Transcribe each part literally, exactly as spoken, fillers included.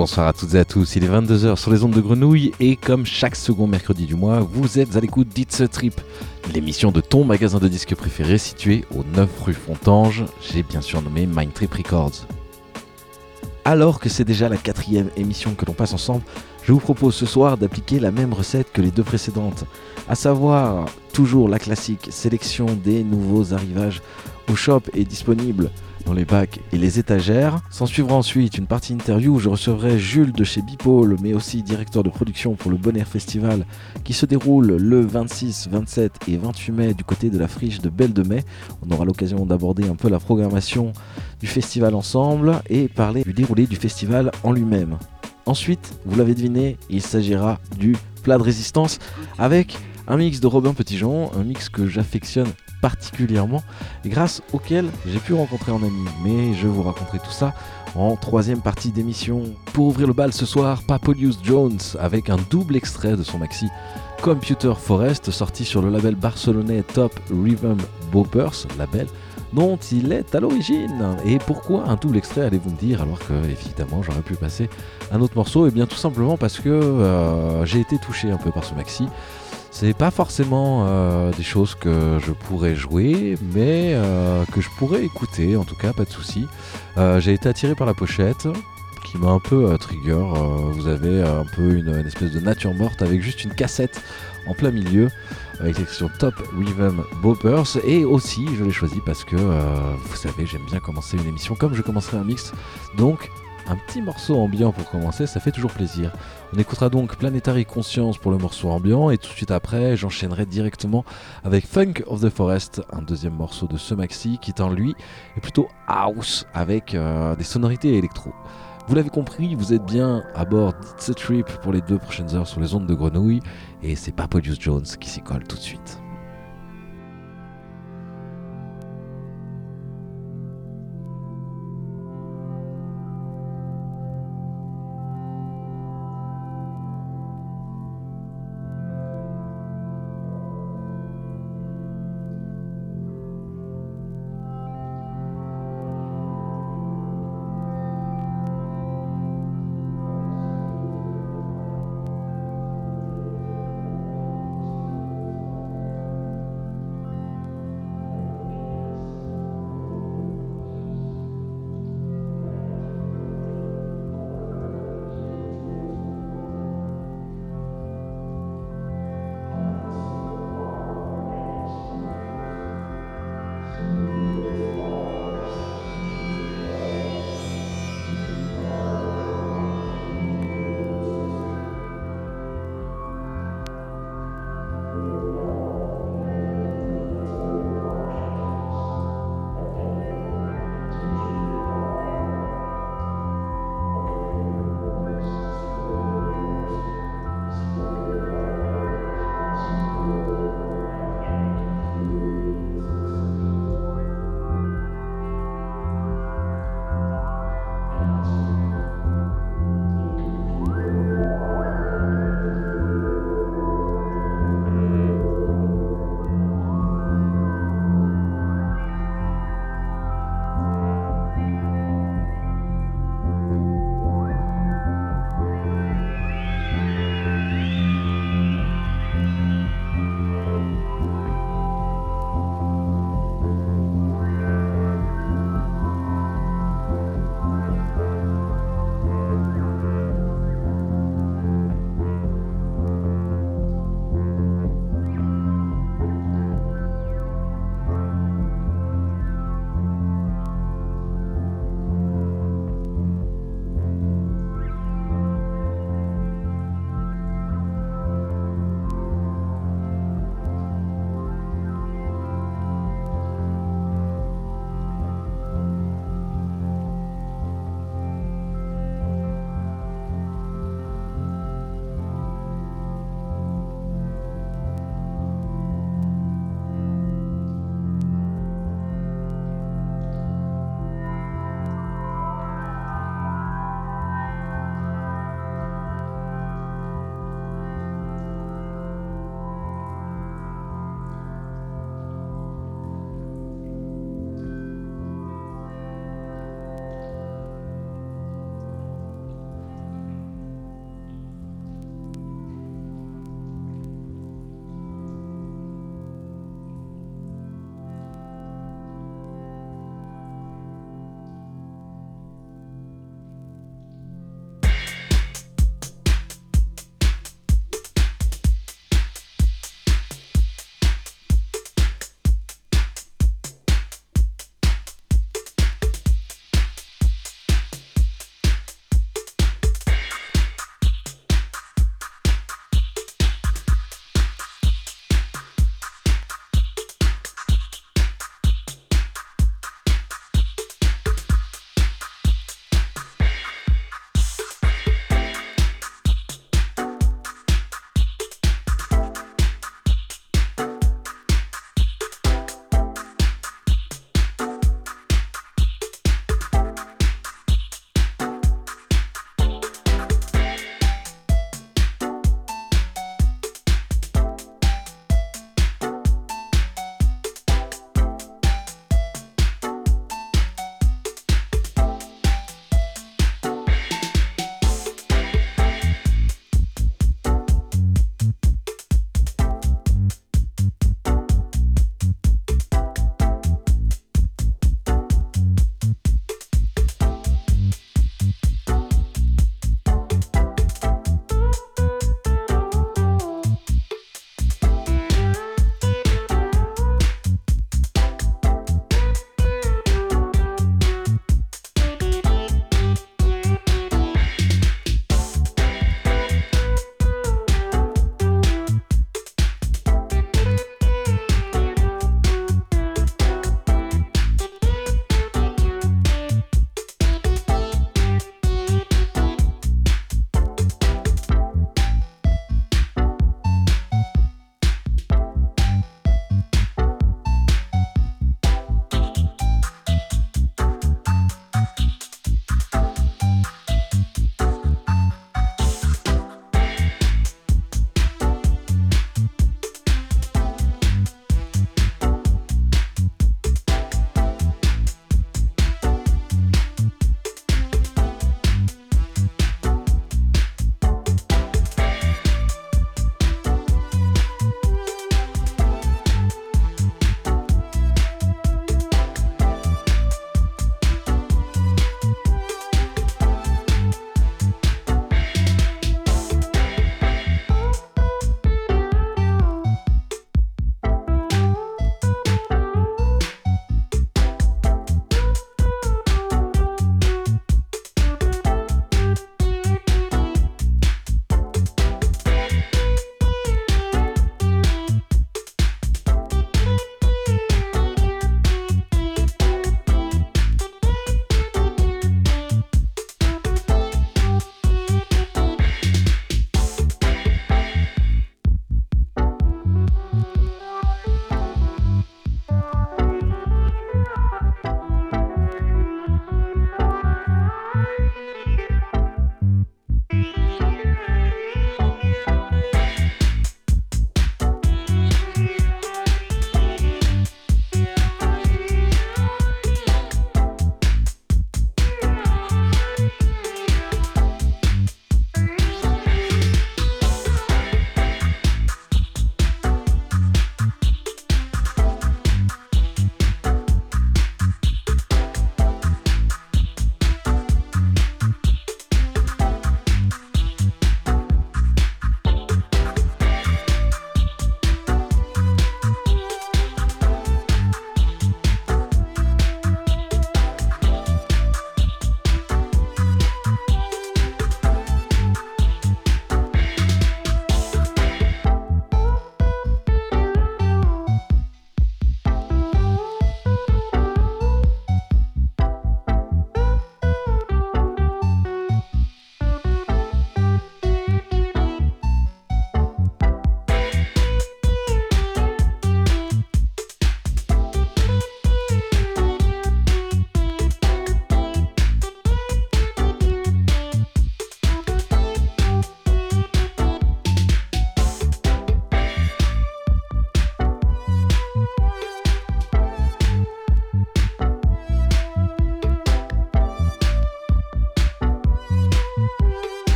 Bonsoir à toutes et à tous, il est vingt-deux heures sur les ondes de Grenouille et comme chaque second mercredi du mois, vous êtes à l'écoute d'It's a Trip, l'émission de ton magasin de disques préféré situé au neuf rue Fontange, j'ai bien sûr nommé Mindtrip Records. Alors que c'est déjà la quatrième émission que l'on passe ensemble, je vous propose ce soir d'appliquer la même recette que les deux précédentes, à savoir toujours la classique sélection des nouveaux arrivages au shop est disponible dans les bacs et les étagères. S'en suivra ensuite une partie interview où je recevrai Jules de chez Bipole, mais aussi directeur de production pour le Bon Air Festival qui se déroule le vingt-six, vingt-sept et vingt-huit mai du côté de la friche de Belle de Mai. On aura l'occasion d'aborder un peu la programmation du festival ensemble et parler du déroulé du festival en lui-même. Ensuite, vous l'avez deviné, il s'agira du plat de résistance avec un mix de Robin Petitjean, un mix que j'affectionne particulièrement et grâce auquel j'ai pu rencontrer un ami. Mais je vous raconterai tout ça en troisième partie d'émission. Pour ouvrir le bal ce soir, Papolius Jones avec un double extrait de son maxi Computer Forest sorti sur le label barcelonais Top Rhythm Boppers, label dont il est à l'origine. Et pourquoi un double extrait, allez-vous me dire, alors que évidemment j'aurais pu passer un autre morceau? Et bien tout simplement parce que euh, j'ai été touché un peu par ce maxi. C'est pas forcément euh, des choses que je pourrais jouer, mais euh, que je pourrais écouter, en tout cas, pas de souci. Euh, j'ai été attiré par la pochette, qui m'a un peu euh, trigger. Euh, vous avez un peu une, une espèce de nature morte avec juste une cassette en plein milieu, avec l'expression Top Rhythm Boppers. Et aussi, je l'ai choisi parce que, euh, vous savez, j'aime bien commencer une émission comme je commencerai un mix. Donc, un petit morceau ambiant pour commencer, ça fait toujours plaisir. On écoutera donc Planetary Conscience pour le morceau ambiant et tout de suite après, j'enchaînerai directement avec Funk of the Forest, un deuxième morceau de ce maxi qui en lui est plutôt house avec euh, des sonorités électro. Vous l'avez compris, vous êtes bien à bord d'It's a Trip pour les deux prochaines heures sur les ondes de Grenouille et c'est Papolius Jones qui s'y colle tout de suite.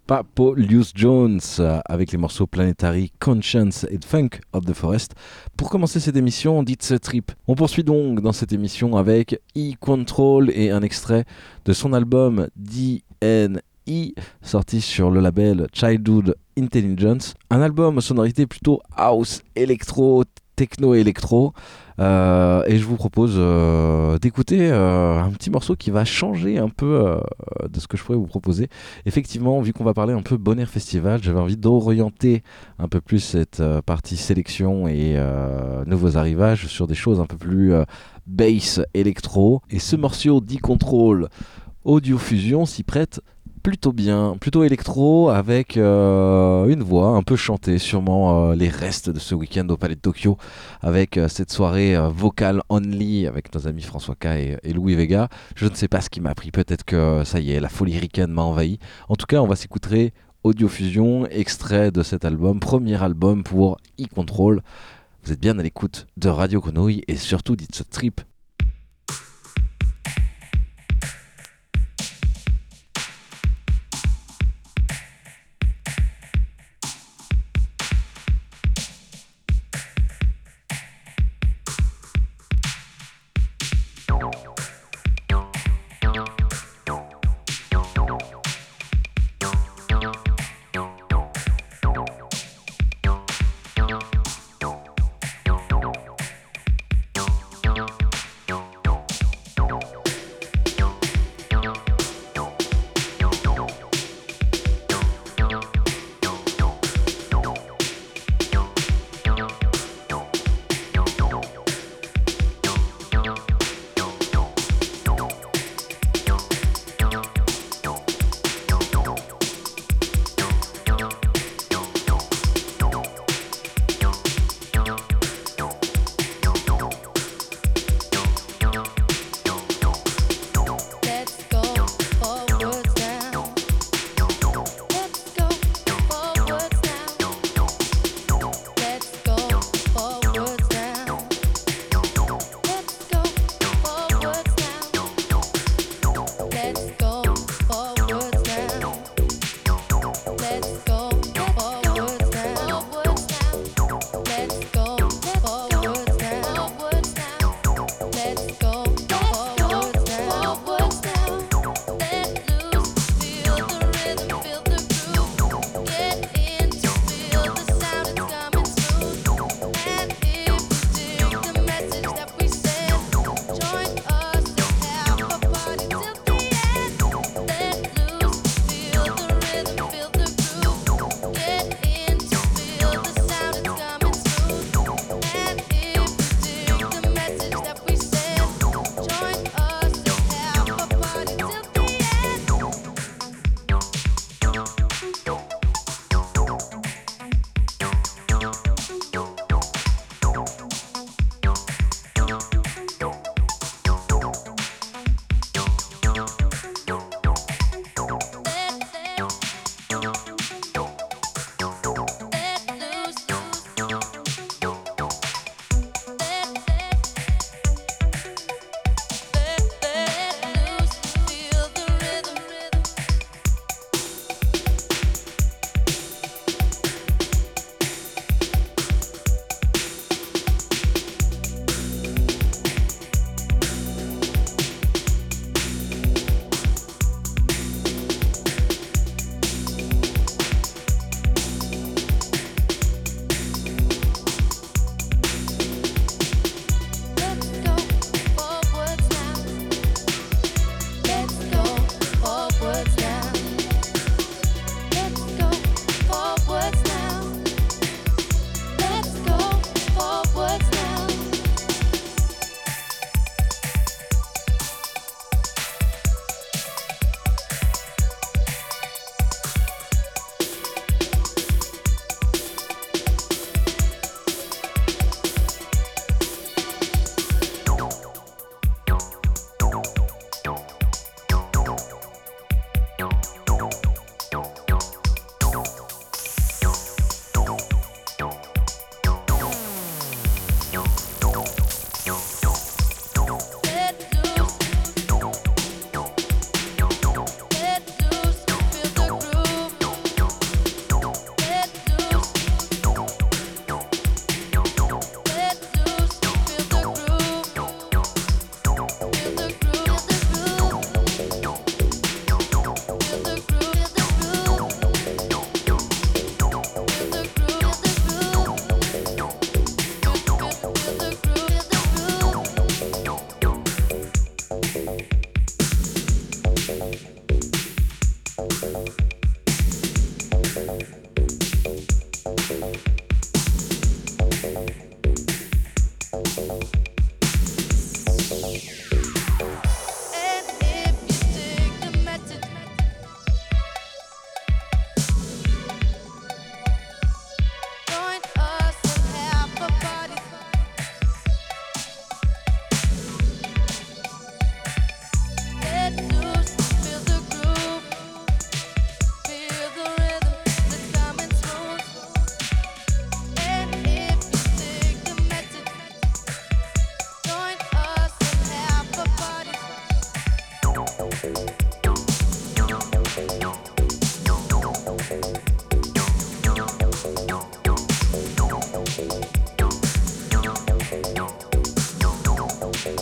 Papolius Jones euh, avec les morceaux Planetary Conscience et Funk of the Forest. Pour commencer cette émission, It's a Trip. On poursuit donc dans cette émission avec E-Control et un extrait de son album D N E sorti sur le label Childhood Intelligence. Un album aux sonorités plutôt house, électro, techno-électro. Euh, et je vous propose euh, d'écouter euh, un petit morceau qui va changer un peu euh, de ce que je pourrais vous proposer. Effectivement, vu qu'on va parler un peu Bon Air Festival, j'avais envie d'orienter un peu plus cette euh, partie sélection et euh, nouveaux arrivages sur des choses un peu plus euh, bass électro. Et ce morceau d'E-Control Audio Fusion s'y prête plutôt bien, plutôt électro avec euh, une voix un peu chantée, sûrement euh, les restes de ce week-end au Palais de Tokyo avec euh, cette soirée euh, vocal only avec nos amis François K et, et Louis Vega. Je ne sais pas ce qui m'a pris, peut-être que ça y est, la folie ricaine m'a envahi. En tout cas, on va s'écouter Audio Fusion, extrait de cet album, premier album pour E-Control. Vous êtes bien à l'écoute de Radio Grenouille et surtout d'It's a Trip.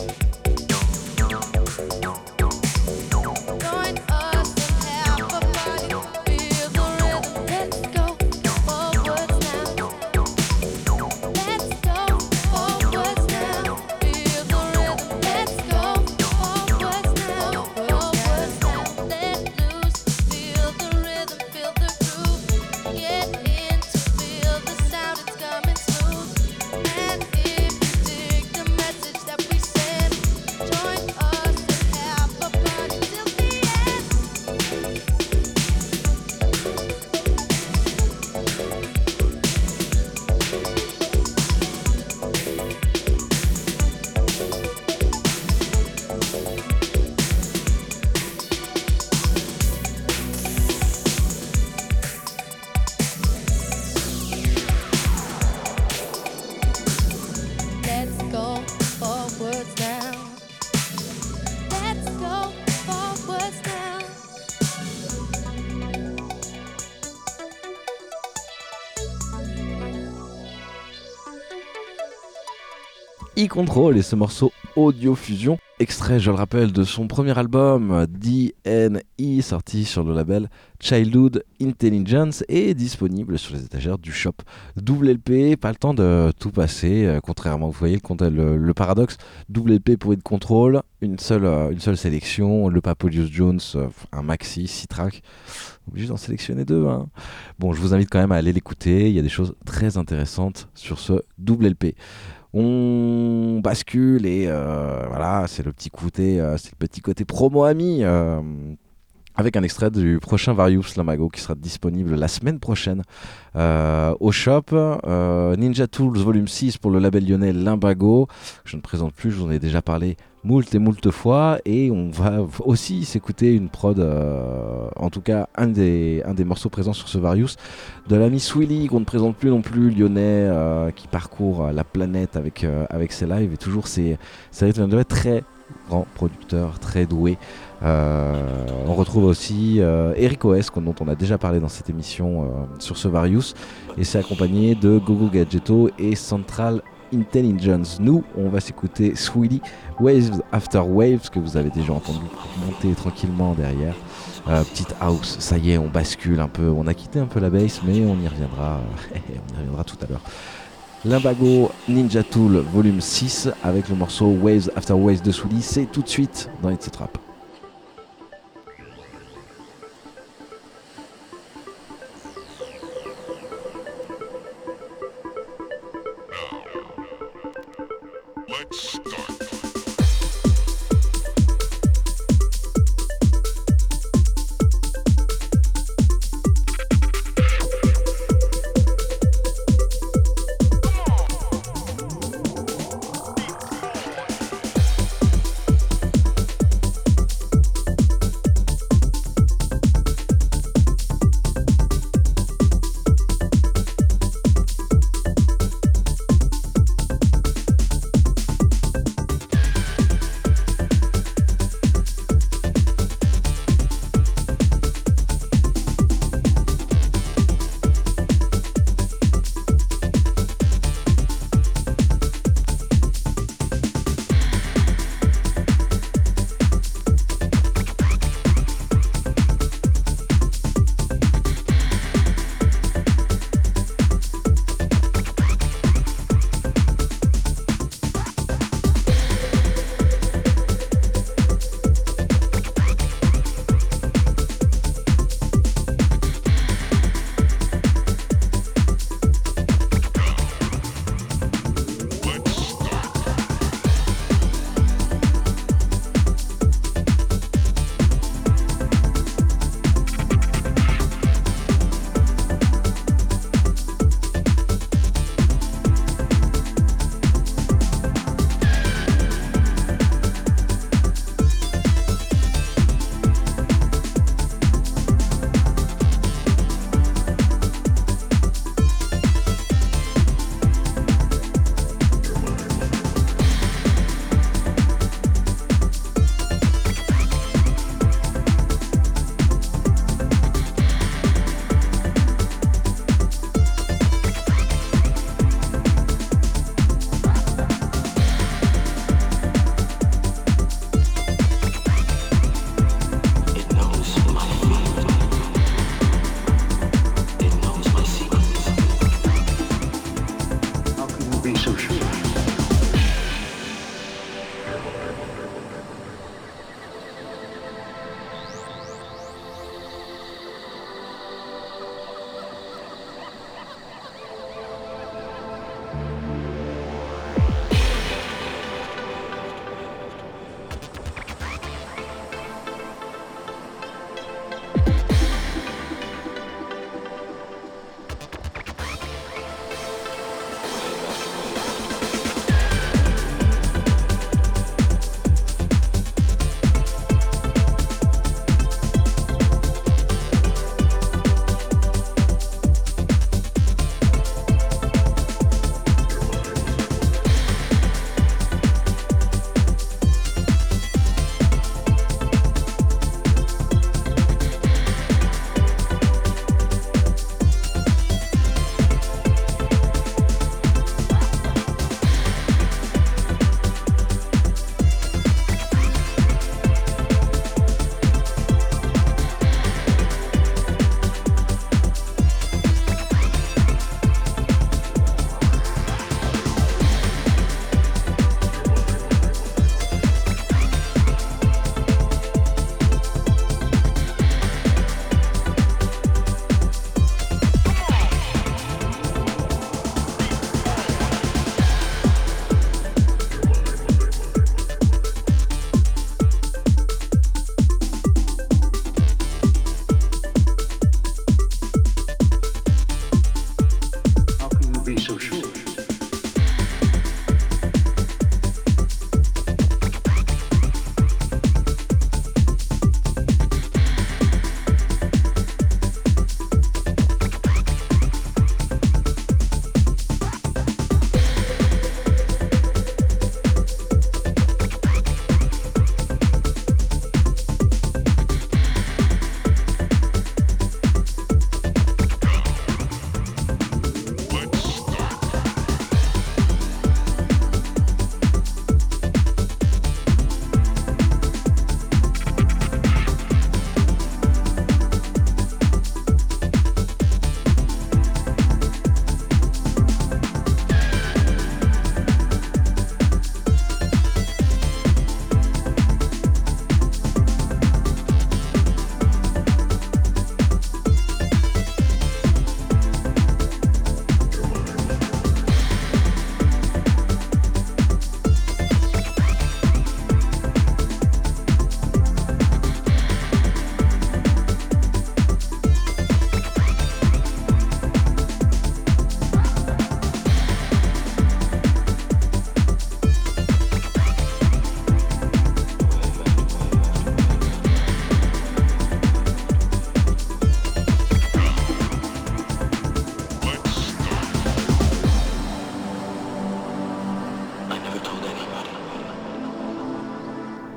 E-Control et ce morceau Audio Fusion, extrait, je le rappelle, de son premier album D N E, sorti sur le label Childhood Intelligence et disponible sur les étagères du shop. Double L P, pas le temps de tout passer, euh, contrairement, vous voyez le, le, le paradoxe, double L P pour E-Control, une seule, euh, une seule sélection, le Papodius Jones, euh, un maxi, six tracks, obligé d'en sélectionner deux. Hein. Bon, je vous invite quand même à aller l'écouter, il y a des choses très intéressantes sur ce double L P. On bascule et euh, voilà, c'est le petit côté, euh, c'est le petit côté promo ami euh, avec un extrait du prochain Various Lumbago qui sera disponible la semaine prochaine euh, au shop. Euh, Ninja Tools Volume six pour le label lyonnais Lumbago. Je ne présente plus, je vous en ai déjà parlé moult et moult fois, et on va aussi s'écouter une prod, euh, en tout cas un des, un des morceaux présents sur ce Various, de l'ami Swilly, qu'on ne présente plus non plus, lyonnais, euh, qui parcourt la planète avec, euh, avec ses lives, et toujours c'est un très grand producteur, très doué. Euh, on retrouve aussi euh, Eric O S, dont on a déjà parlé dans cette émission euh, sur ce Various, et c'est accompagné de Gogo Gadgetto et Central Intelligence. Nous, on va s'écouter Swilly, Waves After Waves, que vous avez déjà entendu monter tranquillement derrière. Euh, petite house, ça y est, on bascule un peu, on a quitté un peu la bass, mais on y reviendra, on y reviendra tout à l'heure. Lumbago Ninja Tool Volume six avec le morceau Waves After Waves de Swilly, c'est tout de suite dans It's a Trap. Let's start.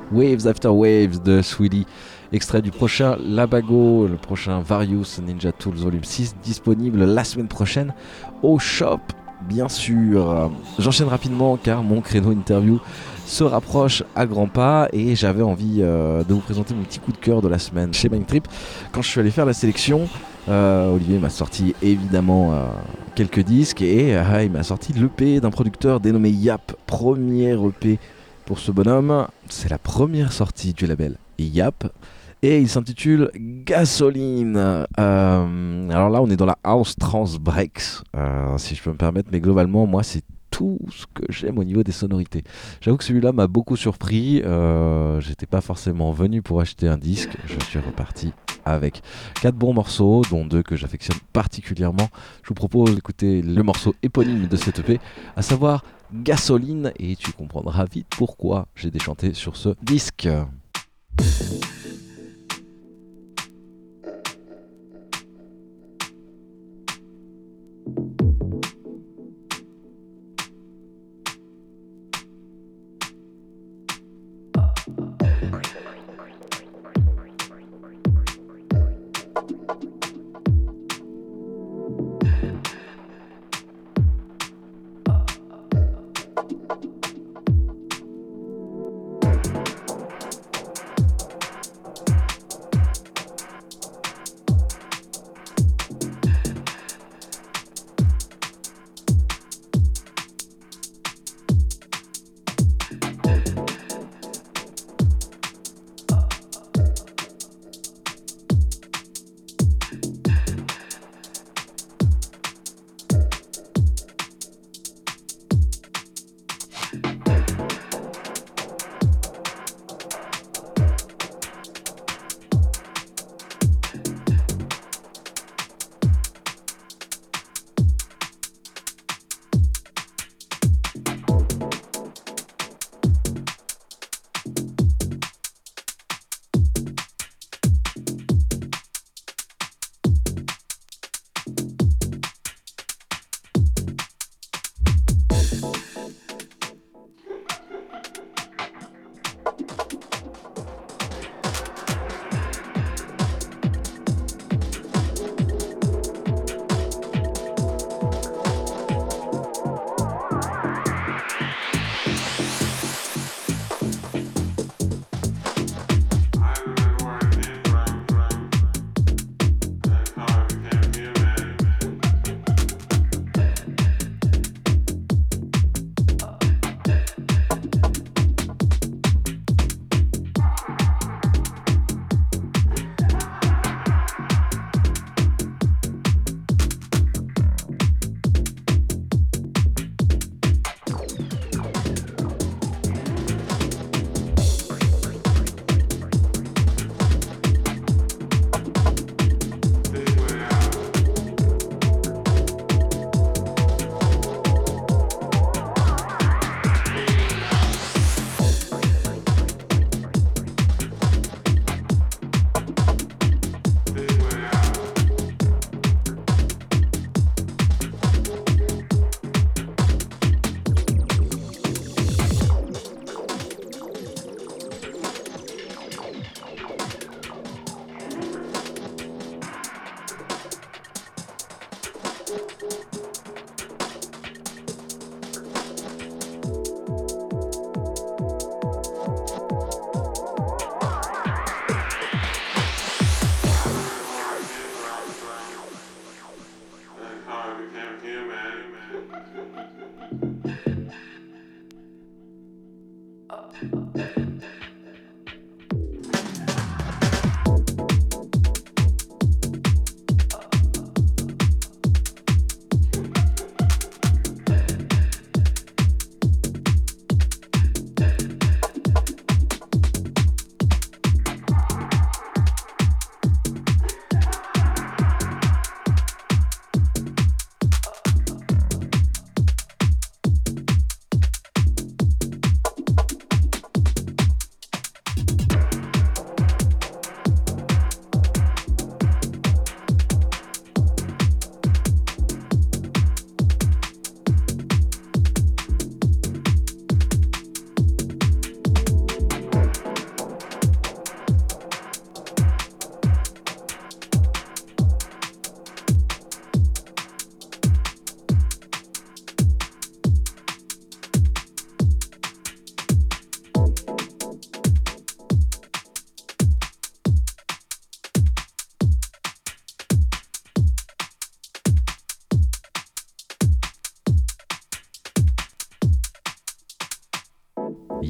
Waves After Waves de Sweetie, extrait du prochain Labago, le prochain Various Ninja Tools Volume six, disponible la semaine prochaine au shop, bien sûr. J'enchaîne rapidement car mon créneau interview se rapproche à grands pas et j'avais envie euh, de vous présenter mon petit coup de cœur de la semaine chez Mindtrip. Quand je suis allé faire la sélection, euh, Olivier m'a sorti évidemment euh, quelques disques et euh, il m'a sorti l'E P d'un producteur dénommé Yap, premier E P pour ce bonhomme. C'est la première sortie du label Yap et il s'intitule Gasoline. Euh, alors là on est dans la house trance breaks, euh, si je peux me permettre, mais globalement moi c'est tout ce que j'aime au niveau des sonorités. J'avoue que celui-là m'a beaucoup surpris, euh, j'étais pas forcément venu pour acheter un disque, je suis reparti avec quatre bons morceaux, dont deux que j'affectionne particulièrement. Je vous propose d'écouter le morceau éponyme de cette E P, à savoir Gasoline, et tu comprendras vite pourquoi j'ai déchanté sur ce disque.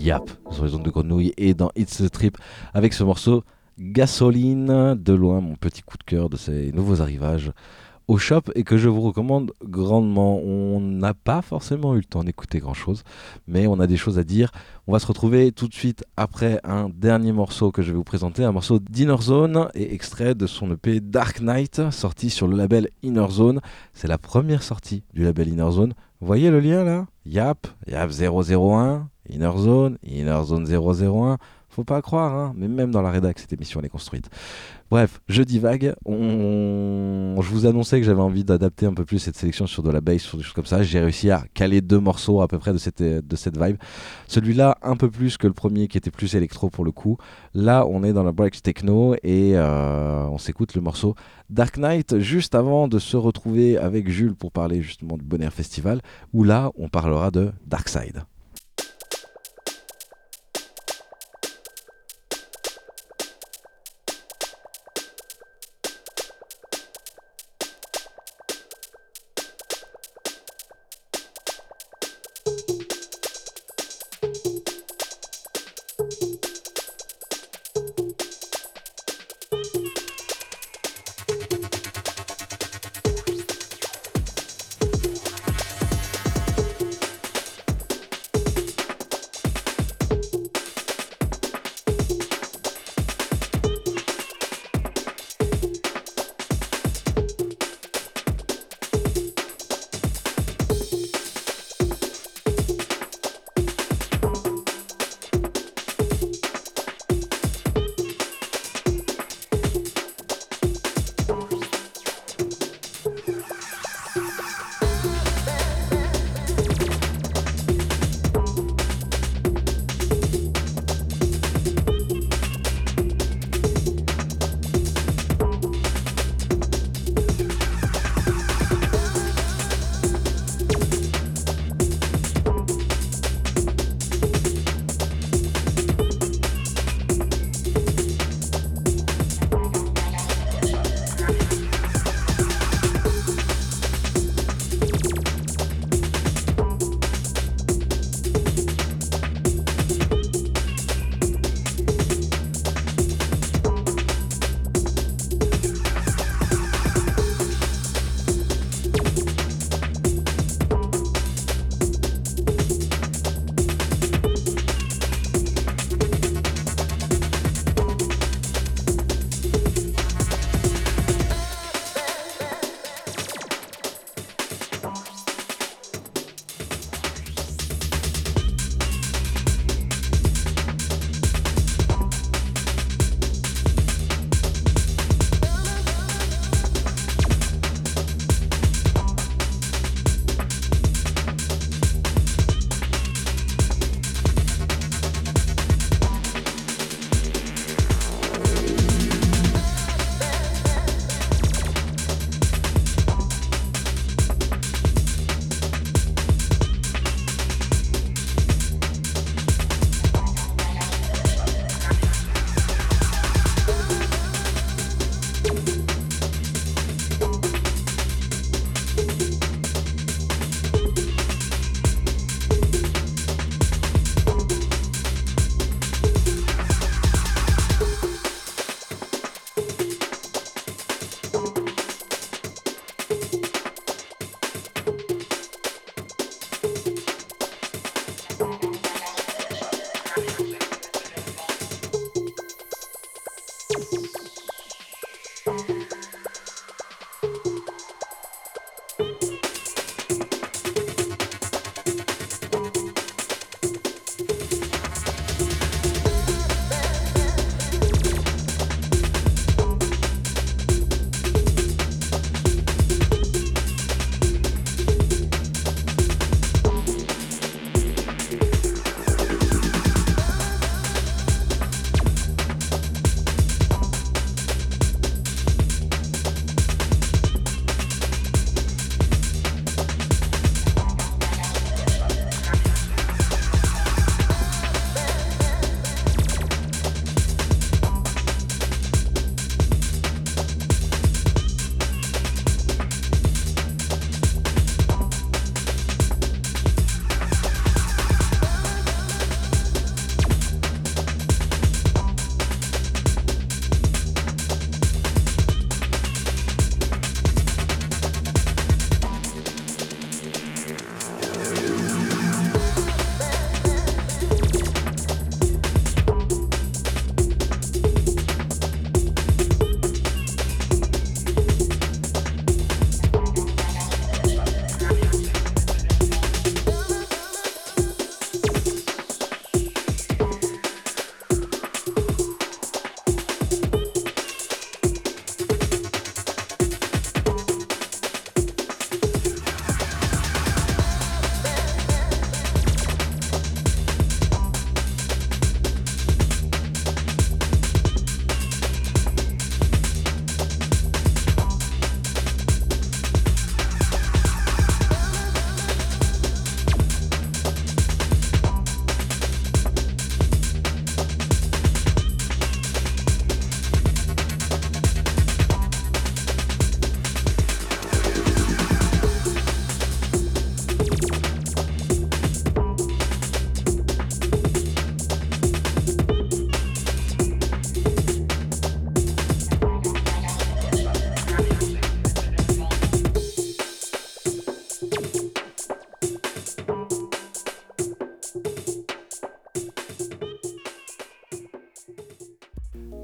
Yap sur les ondes de Grenouille et dans It's the Trip avec ce morceau Gasoline, de loin mon petit coup de cœur de ces nouveaux arrivages au shop et que je vous recommande grandement. On n'a pas forcément eu le temps d'écouter grand chose, mais on a des choses à dire. On va se retrouver tout de suite après un dernier morceau que je vais vous présenter, un morceau d'Inner Zone et extrait de son E P Dark Knight, sorti sur le label Inner Zone. C'est la première sortie du label Inner Zone. Vous voyez le lien là ? Yap, Yap zéro zéro un, Inner Zone, Inner Zone zéro zéro un. Faut pas croire, hein, mais même dans la rédac, cette émission elle est construite. Bref, je divague. On... Je vous annonçais que j'avais envie d'adapter un peu plus cette sélection sur de la bass, sur des choses comme ça. J'ai réussi à caler deux morceaux à peu près de cette, de cette vibe. Celui-là, un peu plus que le premier qui était plus électro pour le coup. Là, on est dans la breaks techno et euh, on s'écoute le morceau Dark Knight juste avant de se retrouver avec Jules pour parler justement du Bon Air Festival, où là, on parlera de Dark Side.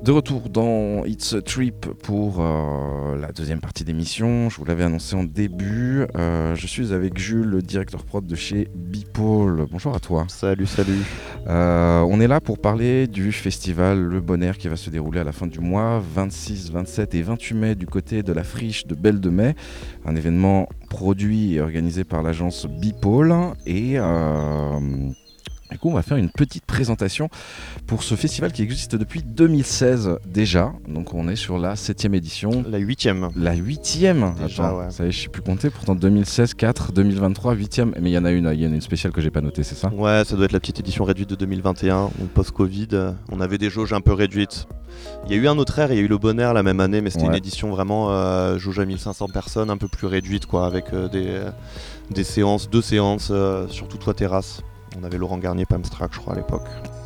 De retour dans It's a Trip pour euh, la deuxième partie d'émission. Je vous l'avais annoncé en début. Euh, je suis avec Jules, le directeur prod de chez Beepole. Bonjour à toi. Salut, salut. Euh, on est là pour parler du festival Le Bon Air qui va se dérouler à la fin du mois, vingt-six, vingt-sept et vingt-huit mai du côté de la Friche de Belle de Mai. Un événement produit et organisé par l'agence Beepole. Et... Euh, Du coup, on va faire une petite présentation pour ce festival qui existe depuis deux mille seize déjà. Donc, on est sur la septième édition. La huitième. La huitième Déjà, Attends, ouais. ça y est, je ne sais plus compter. Pourtant, deux mille seize, quatre, deux mille vingt-trois, huitième. Mais il y en a une, il y en a une spéciale que j'ai pas notée, c'est ça ? Ouais, ça doit être la petite édition réduite de deux mille vingt et un, donc post-Covid. euh, On avait des jauges un peu réduites. Il y a eu un autre air, il y a eu le Bon Air la même année, mais c'était Ouais. une édition vraiment euh, jauge à mille cinq cents personnes, un peu plus réduite, quoi, avec euh, des, euh, des séances, deux séances, euh, surtout toit terrasse. On avait Laurent Garnier, Pamstrack, je crois, à l'époque.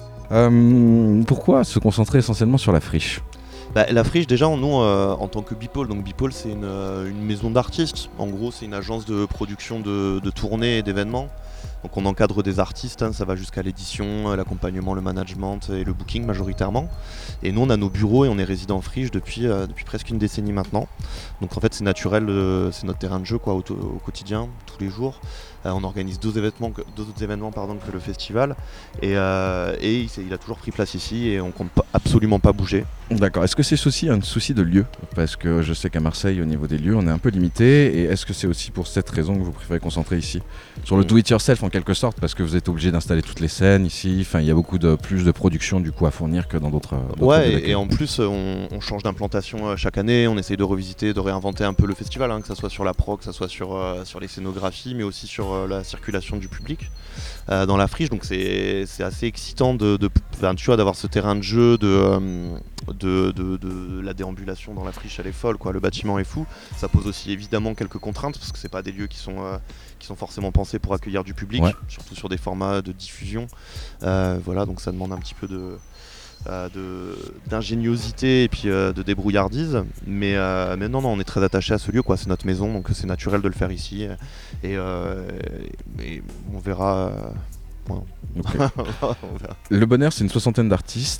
Euh, pourquoi se concentrer essentiellement sur la friche ? Bah, la Friche, déjà, nous, euh, en tant que Beepole, donc Beepole, c'est une, euh, une maison d'artistes. En gros, c'est une agence de production de, de tournées et d'événements. Donc, on encadre des artistes, hein, ça va jusqu'à l'édition, euh, l'accompagnement, le management et le booking majoritairement. Et nous, on a nos bureaux et on est résident en Friche depuis, euh, depuis presque une décennie maintenant. Donc, en fait, c'est naturel, euh, c'est notre terrain de jeu, quoi, au, au quotidien, tous les jours. Euh, on organise deux événements, que- deux autres événements pardon, que le festival. Et, euh, et il, s'est- il a toujours pris place ici et on compte pas- absolument pas bouger. D'accord. Est-ce que c'est aussi un souci de lieu ? Parce que je sais qu'à Marseille, au niveau des lieux, on est un peu limité. Et est-ce que c'est aussi pour cette raison que vous préférez concentrer ici sur le Mm. do-it-yourself en quelque sorte, parce que vous êtes obligé d'installer toutes les scènes ici. Enfin, il y a beaucoup de plus de production du coup à fournir que dans d'autres. d'autres lieux Ouais, et, d'accueil. et en plus, euh, on, on change d'implantation euh, chaque année. On essaye de revisiter, de réinventer un peu le festival, hein, que ce soit sur la prog, que ce soit sur, euh, sur les scénographies, mais aussi sur euh, la circulation du public euh, dans la friche. Donc c'est c'est assez excitant de, de, enfin, tu vois, d'avoir ce terrain de jeu, de, euh, de, de, de la déambulation dans la friche, elle est folle, quoi. Le bâtiment est fou. Ça pose aussi évidemment quelques contraintes parce que c'est pas des lieux qui sont, euh, qui sont forcément pensés pour accueillir du public, Ouais. surtout sur des formats de diffusion. Euh, voilà, donc ça demande un petit peu de euh, de- d'ingéniosité et puis euh, de débrouillardise, mais, euh, mais non, non, on est très attaché à ce lieu, quoi. C'est notre maison, donc c'est naturel de le faire ici, et, euh, et on verra. euh, ouais. Ok. On verra. Le Bon Air, c'est une soixantaine d'artistes.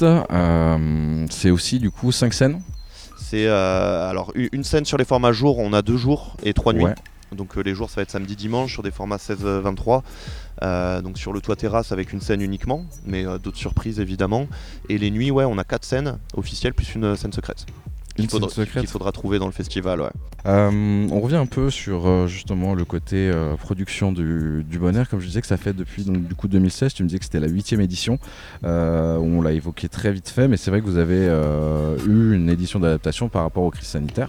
Euh, c'est aussi du coup cinq scènes. C'est euh, alors u- une scène sur les formats jours, on a deux jours et trois nuits. Ouais. Donc euh, les jours ça va être samedi dimanche sur des formats seize vingt-trois, euh, donc sur le toit terrasse avec une scène uniquement, mais euh, d'autres surprises évidemment. Et les nuits, ouais, on a quatre scènes officielles plus une scène secrète. Une Qu'il faudra, scène secrète. qu'il faudra trouver dans le festival, ouais. Euh, on revient un peu sur euh, justement le côté euh, production du, du Bon Air. Comme je disais que ça fait depuis donc, du coup deux mille seize, tu me disais que c'était la huitième édition. Euh, on l'a évoqué très vite fait, mais c'est vrai que vous avez euh, eu une édition d'adaptation par rapport aux crises sanitaires.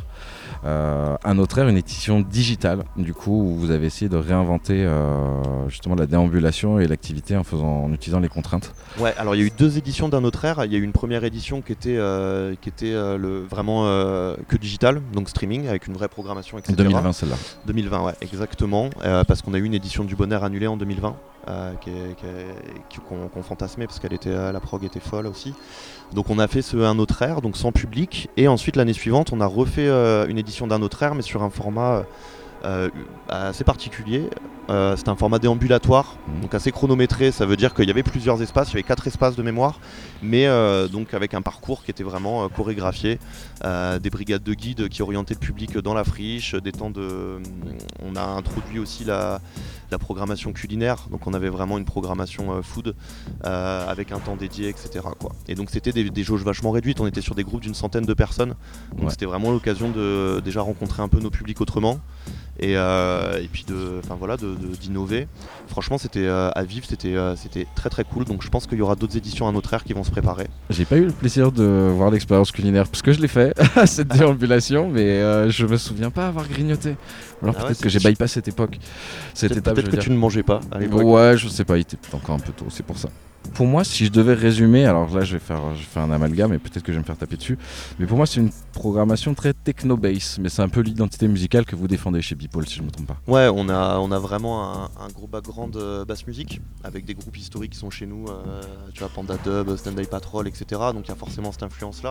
Euh, un autre air, une édition digitale, du coup, où vous avez essayé de réinventer euh, justement la déambulation et l'activité en, faisant, en utilisant les contraintes. Ouais, alors il y a eu deux éditions d'un autre air. Il y a eu une première édition qui était, euh, qui était euh, le, vraiment euh, que digital, donc streaming, avec une vraie programmation, et cetera. deux mille vingt, celle-là. deux mille vingt, ouais, exactement, euh, parce qu'on a eu une édition du Bon Air annulée en deux mille vingt, euh, qui est- qui est- qui- qu'on qu'on fantasmait parce qu'elle était, euh, la prog était folle aussi. Donc on a fait ce un autre air, donc sans public, et ensuite l'année suivante on a refait euh, une édition d'un autre air, mais sur un format euh, assez particulier. Euh, C'était un format déambulatoire, Mmh. donc assez chronométré. Ça veut dire qu'il y avait plusieurs espaces, il y avait quatre espaces de mémoire, mais euh, donc avec un parcours qui était vraiment euh, chorégraphié, euh, des brigades de guides qui orientaient le public dans la friche, des temps de. On a introduit aussi la, la programmation culinaire, donc on avait vraiment une programmation euh, food euh, avec un temps dédié, et cetera quoi. Et donc c'était des, des jauges vachement réduites. On était sur des groupes d'une centaine de personnes, donc Ouais. c'était vraiment l'occasion de déjà rencontrer un peu nos publics autrement. Et, euh, et puis de, enfin voilà, de, de- d'innover. Franchement, c'était euh, à vivre, c'était, euh, c'était très très cool. Donc je pense qu'il y aura d'autres éditions à notre air qui vont se préparer. J'ai pas eu le plaisir de voir l'expérience culinaire, parce que je l'ai fait, cette déambulation, mais euh, je me souviens pas avoir grignoté. Alors Ah ouais, peut-être que c'est- j'ai bypassé cette époque, cette Peut-être, étape, peut-être je que veux tu dire. ne mangeais pas à l'époque. Ouais, je sais pas, il était peut-être encore un peu tôt, c'est pour ça. Pour moi, si je devais résumer, alors là je vais faire, je vais faire un amalgame et peut-être que je vais me faire taper dessus, mais pour moi c'est une programmation très techno-bass, mais c'est un peu l'identité musicale que vous défendez chez Beepole, si je me trompe pas. Ouais, on a, on a vraiment un, un gros background euh, basse musique avec des groupes historiques qui sont chez nous, euh, tu vois, Panda Dub, Stand By Patrol, et cetera. Donc il y a forcément cette influence-là.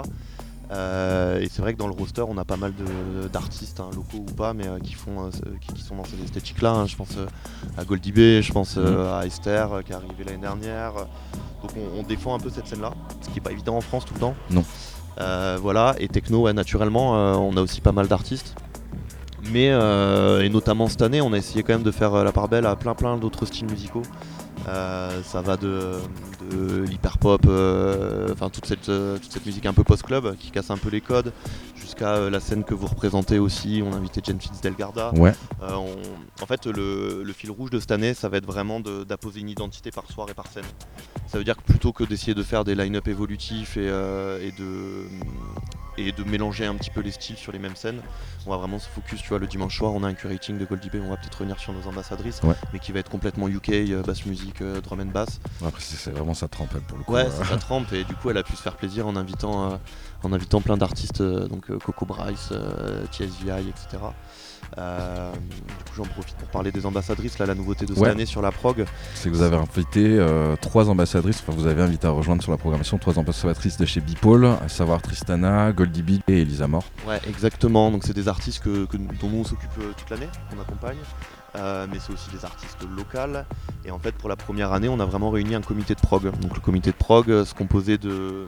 Euh, et c'est vrai que dans le roster, on a pas mal de- d'artistes, hein, locaux ou pas, mais euh, qui, font, euh, ce- qui, qui sont dans cette esthétique-là. hein. Je pense euh, à Goldie B, je pense euh, à Esther euh, qui est arrivée l'année dernière. Donc on, on défend un peu cette scène-là, ce qui n'est pas évident en France tout le temps. Non. Euh, voilà, et techno, ouais, naturellement, euh, on a aussi pas mal d'artistes. Mais, euh, et notamment cette année, on a essayé quand même de faire euh, la part belle à plein plein d'autres styles musicaux. Euh, ça va de, de l'hyper-pop, euh, enfin toute cette, euh, toute cette musique un peu post-club qui casse un peu les codes, jusqu'à euh, la scène que vous représentez aussi. On a invité Jen Fitzdelgarda. Ouais. Euh, on- En fait, le, le fil rouge de cette année, ça va être vraiment de- d'apposer une identité par soir et par scène. Ça veut dire que plutôt que d'essayer de faire des line-up évolutifs et, euh, et de, et de mélanger un petit peu les styles sur les mêmes scènes, on va vraiment se focus. Tu vois, le dimanche soir, on a un curating de Goldie B, on va peut-être revenir sur nos ambassadrices, Ouais. mais qui va être complètement U K, euh, basse musique, euh, drum and bass. Après, c'est, c'est vraiment sa trempe elle, pour le coup. Ouais, euh. c'est sa trempe, et du coup, elle a pu se faire plaisir en invitant, euh, en invitant plein d'artistes, euh, donc euh, Coco Bryce, euh, T S V I, et cetera. Euh, du coup, j'en profite pour parler des ambassadrices. Là, la nouveauté de cette Ouais. année sur la prog, C'est que vous avez invité euh, trois ambassadrices, enfin vous avez invité à rejoindre sur la programmation trois ambassadrices de chez Beeple, à savoir Tristana, Goldie B et Elisa Moore. ouais, exactement. Donc, c'est des artistes que, que- dont nous on s'occupe euh, toute l'année, qu'on accompagne. Euh, mais c'est aussi des artistes locales. Et en fait, pour la première année, on a vraiment réuni un comité de prog. Donc, le comité de prog euh, se composait de,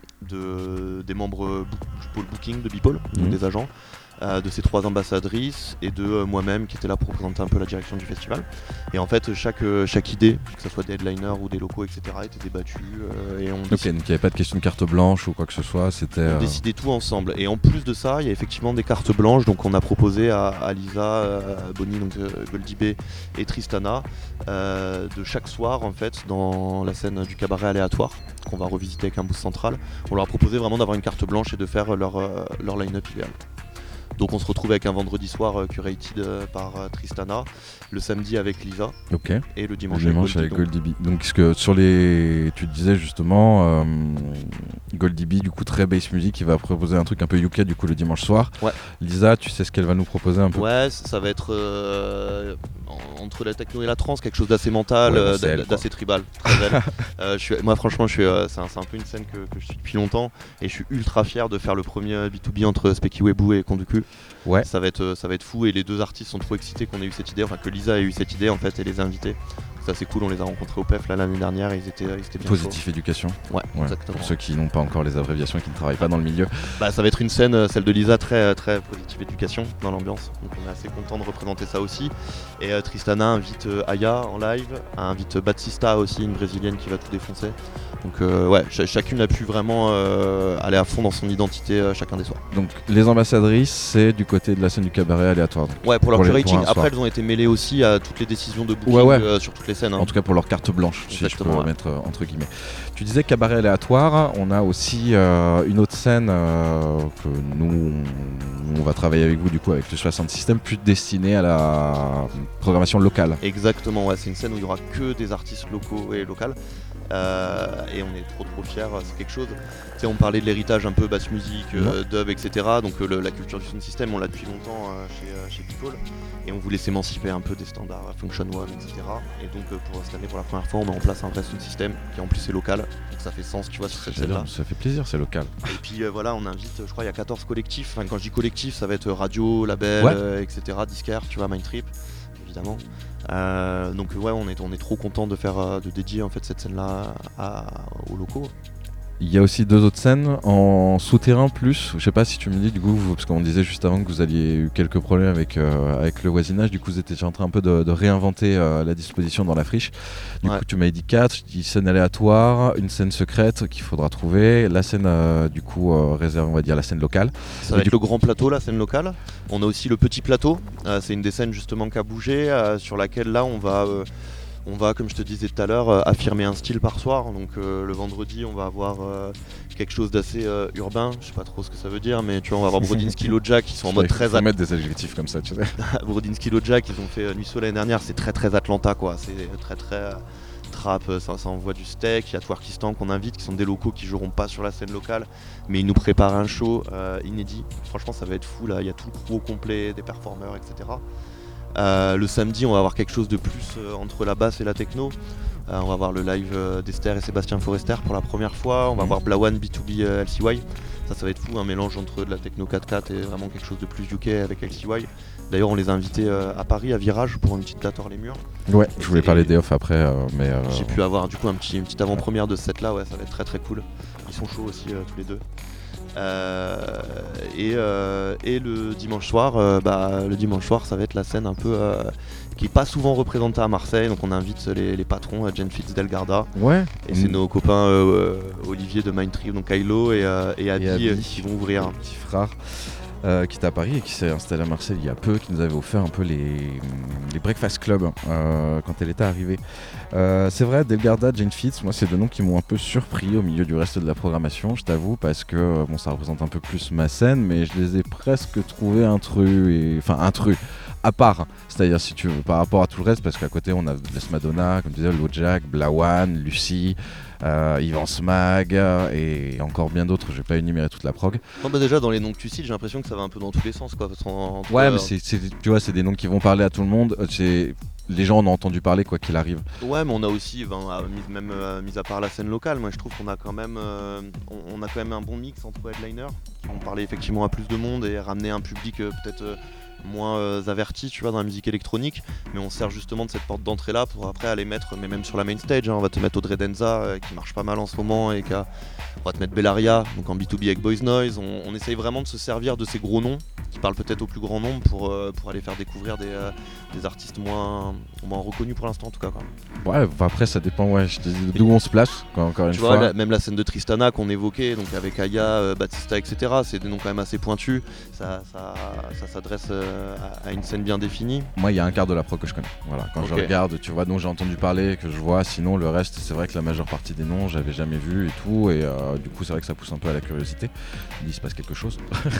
de- des membres bou- du pôle booking de Beeple, donc Mhm. des agents, euh, de ces trois ambassadrices et de euh, moi-même qui était là pour représenter un peu la direction du festival. Et en fait, chaque, euh, chaque idée, que ce soit des headliners ou des locaux, et cetera, était débattue euh, et on Ok, décide- donc il n'y avait pas de question de carte blanche ou quoi que ce soit, c'était... on euh, décidait tout ensemble. Et en plus de ça, il y a effectivement des cartes blanches. Donc on a proposé à, à Lisa, euh, Bonnie, donc euh, Goldie B et Tristana euh, de chaque soir en fait dans la scène du cabaret aléatoire qu'on va revisiter avec un boost central. On leur a proposé vraiment d'avoir une carte blanche et de faire leur, euh, leur line-up idéal. Donc on se retrouve avec un vendredi soir euh, curated euh, par euh, Tristana, le samedi avec Lisa Ok. et le dimanche, Le dimanche avec avec Goldie. Goldie B. Donc, ce que sur les, tu disais justement, euh, Goldie B, du coup très bass music, il va proposer un truc un peu U K du coup le dimanche soir. Ouais. Lisa, tu sais ce qu'elle va nous proposer un peu? Ouais, ça ça va être euh, en- entre la techno et la trance, quelque chose d'assez mental, Ouais, bon, euh, c'est d'a- elle, quoi. d'assez tribal. Très elle. Euh, je suis, moi franchement, je suis, euh, c'est, un, c'est un peu une scène que, que je suis depuis longtemps et je suis ultra fier de faire le premier B deux B entre Specky Webu et Konduku. Ouais. Ça va être, euh, ça va être fou et les deux artistes sont trop excités qu'on ait eu cette idée, enfin que Lisa ait eu cette idée en fait et les a invités. Ça c'est cool, on les a rencontrés au P E F là, l'année dernière et ils étaient, ils étaient bien Positif éducation. chauds. Ouais, Ouais. exactement. Pour ceux qui n'ont pas encore les abréviations et qui ne travaillent pas dans le milieu. Bah, ça va être une scène, euh, celle de Lisa, très, très positive éducation dans l'ambiance. Donc on est assez content de représenter ça aussi. Et euh, Tristana invite euh, Aya en live, invite Batista aussi, une brésilienne qui va tout défoncer. Donc euh, ouais, ch- chacune a pu vraiment euh, aller à fond dans son identité euh, chacun des soirs. Donc les ambassadrices, c'est du côté de la scène du cabaret aléatoire. Donc, Ouais, pour leur Pour les- curating. pour un soir. Après, elles ont été mêlées aussi à toutes les décisions de booking Ouais, ouais. euh, sur toutes les scènes. hein. En tout cas pour leur carte blanche, si je peux Exactement, le ouais. mettre euh, entre guillemets. Tu disais cabaret aléatoire, on a aussi euh, une autre scène euh, que nous on, on va travailler avec vous du coup avec le soixante System, plus destinée à la programmation locale. Exactement, ouais, c'est une scène où il y aura que des artistes locaux et locales. Euh, et on est trop trop fiers, c'est quelque chose. Tu sais, on parlait de l'héritage un peu basse musique, euh, dub, et cetera. Donc euh, le- la culture du sound system, on l'a depuis longtemps euh, chez, euh, chez Beeple. Et on voulait s'émanciper un peu des standards euh, Function One, et cetera. Et donc euh, pour cette année, pour la première fois, on met en place un vrai sound system qui en plus est local. Donc ça fait sens, tu vois, sur cette C'est scène-là. bien, ça fait plaisir, c'est local. Et puis euh, voilà, on invite, je crois, il y a quatorze collectifs. Enfin, quand je dis collectif, ça va être radio, label, Ouais. euh, et cetera. Disquaire, tu vois, Mindtrip, évidemment. Euh, donc ouais, on est, on est trop content de faire, euh, de dédier en fait cette scène-là à- aux locaux. Il y a aussi deux autres scènes en souterrain plus. Je sais pas si tu me dis du coup, vous- parce qu'on disait juste avant que vous aviez eu quelques problèmes avec, euh, avec le voisinage, du coup vous étiez en train un peu de, de réinventer euh, la disposition dans la friche. Du Ouais. coup tu m'avais dit quatre, je dis scène aléatoire, une scène secrète qu'il faudra trouver, la scène euh, du coup euh, réserve, on va dire la scène locale. Ça Et va du être le grand plateau, la scène locale. On a aussi le petit plateau. Euh, c'est une des scènes justement qui a bougé, euh, sur laquelle là on va, euh, on va, comme je te disais tout à l'heure, euh, affirmer un style par soir. Donc euh, le vendredi, on va avoir euh, quelque chose d'assez euh, urbain. Je sais pas trop ce que ça veut dire, mais tu vois, on va avoir Brodinski, Loja qui sont en mode très faut mettre des adjectifs comme ça, tu sais. Brodinski, Loja qui ont fait euh, Nuit Soleil l'année dernière. C'est très très Atlanta quoi. C'est très très euh, trap. euh, Ça, ça envoie du steak. Il y a Twerkistan qu'on invite, qui sont des locaux qui joueront pas sur la scène locale, mais ils nous préparent un show euh, inédit. Franchement, ça va être fou là. Il y a tout le crew au complet, des performeurs, et cetera. Euh, le samedi, on va avoir quelque chose de plus euh, entre la basse et la techno. Euh, on va voir le live euh, d'Esther et Sébastien Forester pour la première fois. On va Mhm. voir Blawan B deux B euh, L C Y. Ça, ça va être fou, un mélange entre de la techno quatre quatre et vraiment quelque chose de plus U K avec L C Y. D'ailleurs, on les a invités euh, à Paris, à Virage, pour une petite date hors les murs. Ouais, je voulais Et- parler des off après, euh, mais... euh, J'ai pu avoir du coup un petit, une petite avant-première de ce set là, ouais, ça va être très très cool. ils sont chauds aussi euh, tous les deux. Euh, et, euh, et le dimanche soir, euh, bah, le dimanche soir, ça va être la scène un peu euh, qui est pas souvent représentée à Marseille. Donc on invite les, les patrons, Jen Fitz Delgarda. Ouais. Et c'est mmh. nos copains euh, Olivier de Mindtree, donc Kylo et, euh, et Abby, et Abby euh, qui vont ouvrir. Un petit frère. Euh, qui était à Paris et qui s'est installé à Marseille il y a peu, qui nous avait offert un peu les, les Breakfast Club euh, quand elle était arrivée. Euh, c'est vrai, Delgarda, Jane Fitz, moi c'est deux noms qui m'ont un peu surpris au milieu du reste de la programmation, je t'avoue, parce que bon, ça représente un peu plus ma scène, mais je les ai presque trouvés intrus, et... enfin intrus, à part, c'est-à-dire si tu veux, par rapport à tout le reste, parce qu'à côté on a Les Madonna, comme tu disais, Lojack, Blawan, Lucie, Euh, Yvan Smag et encore bien d'autres, je vais pas énumérer toute la prog. Non, bah déjà dans les noms que tu cites, j'ai l'impression que ça va un peu dans tous les sens quoi. Parce en, en ouais, cas, mais c'est, c'est, tu vois, c'est des noms qui vont parler à tout le monde. C'est... Les gens en ont entendu parler quoi qu'il arrive. Ouais, mais on a aussi, ben, même euh, mis à part la scène locale, moi je trouve qu'on a quand même, euh, on, on a quand même un bon mix entre headliners qui vont parler effectivement à plus de monde et ramener un public euh, peut-être. Euh, moins euh, avertis tu vois dans la musique électronique, mais on sert justement de cette porte d'entrée là pour après aller mettre, mais même sur la main stage hein, on va te mettre Audrey Denza euh, qui marche pas mal en ce moment et qui a... on va te mettre Bellaria donc en B deux B avec Boys Noise, on, on essaye vraiment de se servir de ces gros noms qui parlent peut-être au plus grand nombre pour, euh, pour aller faire découvrir des, euh, des artistes moins, moins reconnus pour l'instant en tout cas quoi. Ouais, après ça dépend ouais, je te dis d'où on se place quoi, encore une tu fois. vois la, même la scène de Tristana qu'on évoquait donc avec Aya, euh, Batista etc, c'est des noms quand même assez pointus, ça, ça, ça s'adresse euh, à, à une scène bien définie. Moi il y a un quart de la prog que je connais, voilà, quand okay. je regarde tu vois dont j'ai entendu parler, que je vois, sinon le reste c'est vrai que la majeure partie des noms j'avais jamais vu et tout, et euh, du coup c'est vrai que ça pousse un peu à la curiosité, il se passe quelque chose.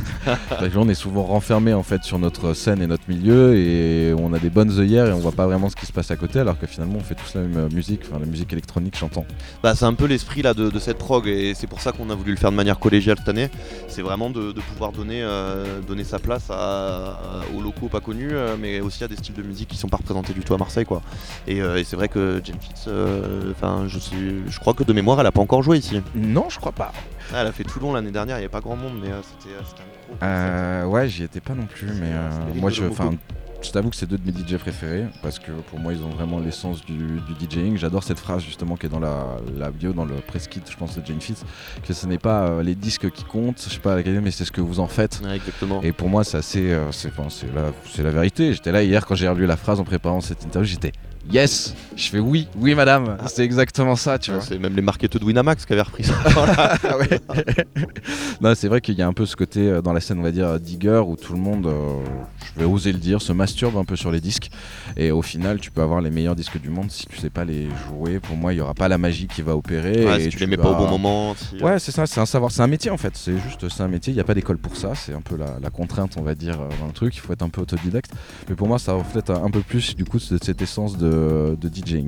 On est souvent renfermé en fait sur notre scène et notre milieu et on a des bonnes œillères et on voit pas vraiment ce qui se passe à côté alors que finalement on fait tous la même musique, enfin la musique électronique j'entends. Bah c'est un peu l'esprit là de, de cette prog et c'est pour ça qu'on a voulu le faire de manière collégiale cette année, c'est vraiment de, de pouvoir donner, euh, donner sa place à, à, aux locaux pas connus euh, mais aussi à des styles de musique qui sont pas représentés du tout à Marseille quoi. Et, euh, et c'est vrai que Jane Fitz, enfin euh, je, je crois que de mémoire elle a pas encore joué ici. Non je crois pas. Ah, elle a fait Toulon l'année dernière, il n'y avait pas grand monde mais euh, c'était, c'était un gros euh, ouais j'y étais pas non plus mais euh, moi je, enfin je t'avoue que c'est deux de mes D J préférés parce que pour moi ils ont vraiment l'essence du, du DJing. J'adore cette phrase justement qui est dans la, la bio, dans le press kit je pense de Jane Fitz, que ce n'est pas euh, les disques qui comptent, je sais pas mais c'est ce que vous en faites. Ouais, exactement. Et pour moi c'est assez, euh, c'est, enfin, c'est, la, c'est la vérité. J'étais là hier quand j'ai relu la phrase en préparant cette interview, j'étais yes, je fais oui, oui madame, ah. C'est exactement ça, tu ouais, vois. C'est même les marketeurs de Winamax qui avaient repris ça. Ouais. Non, c'est vrai qu'il y a un peu ce côté euh, dans la scène, on va dire, digger, où tout le monde, euh, je vais oser le dire, se masturbe un peu sur les disques. Et au final, tu peux avoir les meilleurs disques du monde si tu sais pas les jouer. Pour moi, il y aura pas la magie qui va opérer. Ouais, et si tu, tu les mets vas... pas au bon moment. Si... Ouais, c'est ça, c'est un savoir, c'est un métier en fait. C'est juste, c'est un métier. Il n'y a pas d'école pour ça. C'est un peu la, la contrainte, on va dire, dans le truc. Il faut être un peu autodidacte. Mais pour moi, ça reflète un peu plus du coup de cette essence de, de DJing.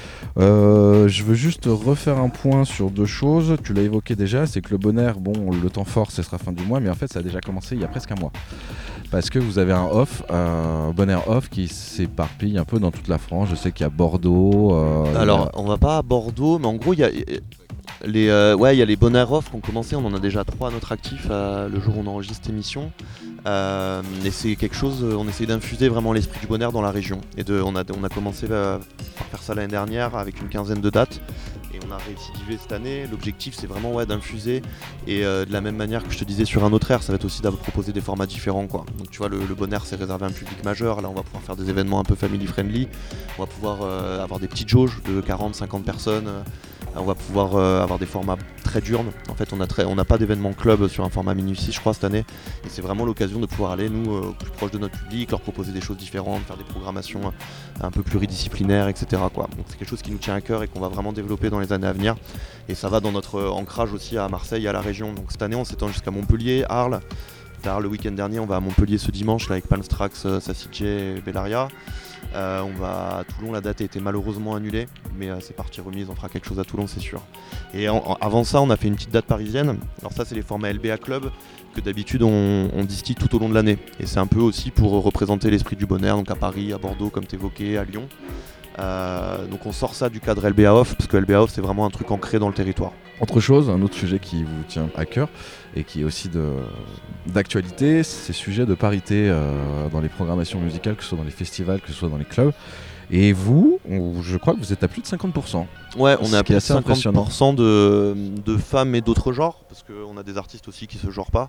Euh, je veux juste refaire un point sur deux choses. Tu l'as évoqué déjà, c'est que le Bonaire, bon, le temps fort, ce sera fin du mois, mais en fait, ça a déjà commencé il y a presque un mois. Parce que vous avez un off, euh, Bonaire off, qui s'éparpille un peu dans toute la France. Je sais qu'il y a Bordeaux. Euh, Alors, a... on va pas à Bordeaux, mais en gros, il y a les, euh, ouais, il y a les Bonaire off qui ont commencé. On en a déjà trois à notre actif euh, le jour où on enregistre cette émission. Euh, et c'est quelque chose, on essaie d'infuser vraiment l'esprit du Bonaire dans la région. Et de, on, a, on a commencé à faire ça l'année dernière avec une quinzaine de dates. Et on a récidivé cette année. L'objectif c'est vraiment ouais, d'infuser. Et euh, de la même manière que je te disais sur un autre air, ça va être aussi d'avoir proposer des formats différents quoi. Donc tu vois le, le Bonaire c'est réservé à un public majeur. Là on va pouvoir faire des événements un peu family friendly. On va pouvoir euh, avoir des petites jauges de quarante à cinquante personnes. On va pouvoir euh, avoir des formats très diurnes. En fait on n'a très, on n'a pas d'événement club sur un format minuit je crois cette année. Et c'est vraiment l'occasion de pouvoir aller nous euh, plus proche de notre public, leur proposer des choses différentes, faire des programmations un peu pluridisciplinaires, et cetera quoi. Donc c'est quelque chose qui nous tient à cœur et qu'on va vraiment développer dans les années à venir. Et ça va dans notre ancrage aussi à Marseille et à la région. Donc cette année on s'étend jusqu'à Montpellier, Arles. Arles le week-end dernier on va à Montpellier ce dimanche là, avec Palmstrax, Sassice et Bellaria. Euh, on va à Toulon, la date a été malheureusement annulée, mais euh, c'est partie remise, on fera quelque chose à Toulon c'est sûr. Et en, en, avant ça on a fait une petite date parisienne, alors ça c'est les formats L B A Club que d'habitude on, on distille tout au long de l'année. Et c'est un peu aussi pour représenter l'esprit du Bonaire, donc à Paris, à Bordeaux comme tu évoquais, à Lyon. Euh, donc on sort ça du cadre L B A Off, parce que L B A Off c'est vraiment un truc ancré dans le territoire. Autre chose, un autre sujet qui vous tient à cœur et qui est aussi de, d'actualité, c'est le sujet de parité euh, dans les programmations musicales, que ce soit dans les festivals, que ce soit dans les clubs. Et vous, on- je crois que vous êtes à plus de cinquante pour cent. Ouais, on Ce est à qui est plus de assez impressionnant. cinquante pour cent de, de femmes et d'autres genres, parce qu'on a des artistes aussi qui se genrent pas.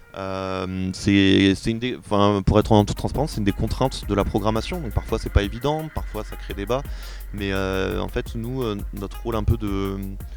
Euh, c'est, c'est une des, enfin, pour être en toute transparence, c'est une des contraintes de la programmation. Donc parfois c'est pas évident, parfois ça crée débat. Mais euh, en fait, nous, euh, notre rôle un peu de,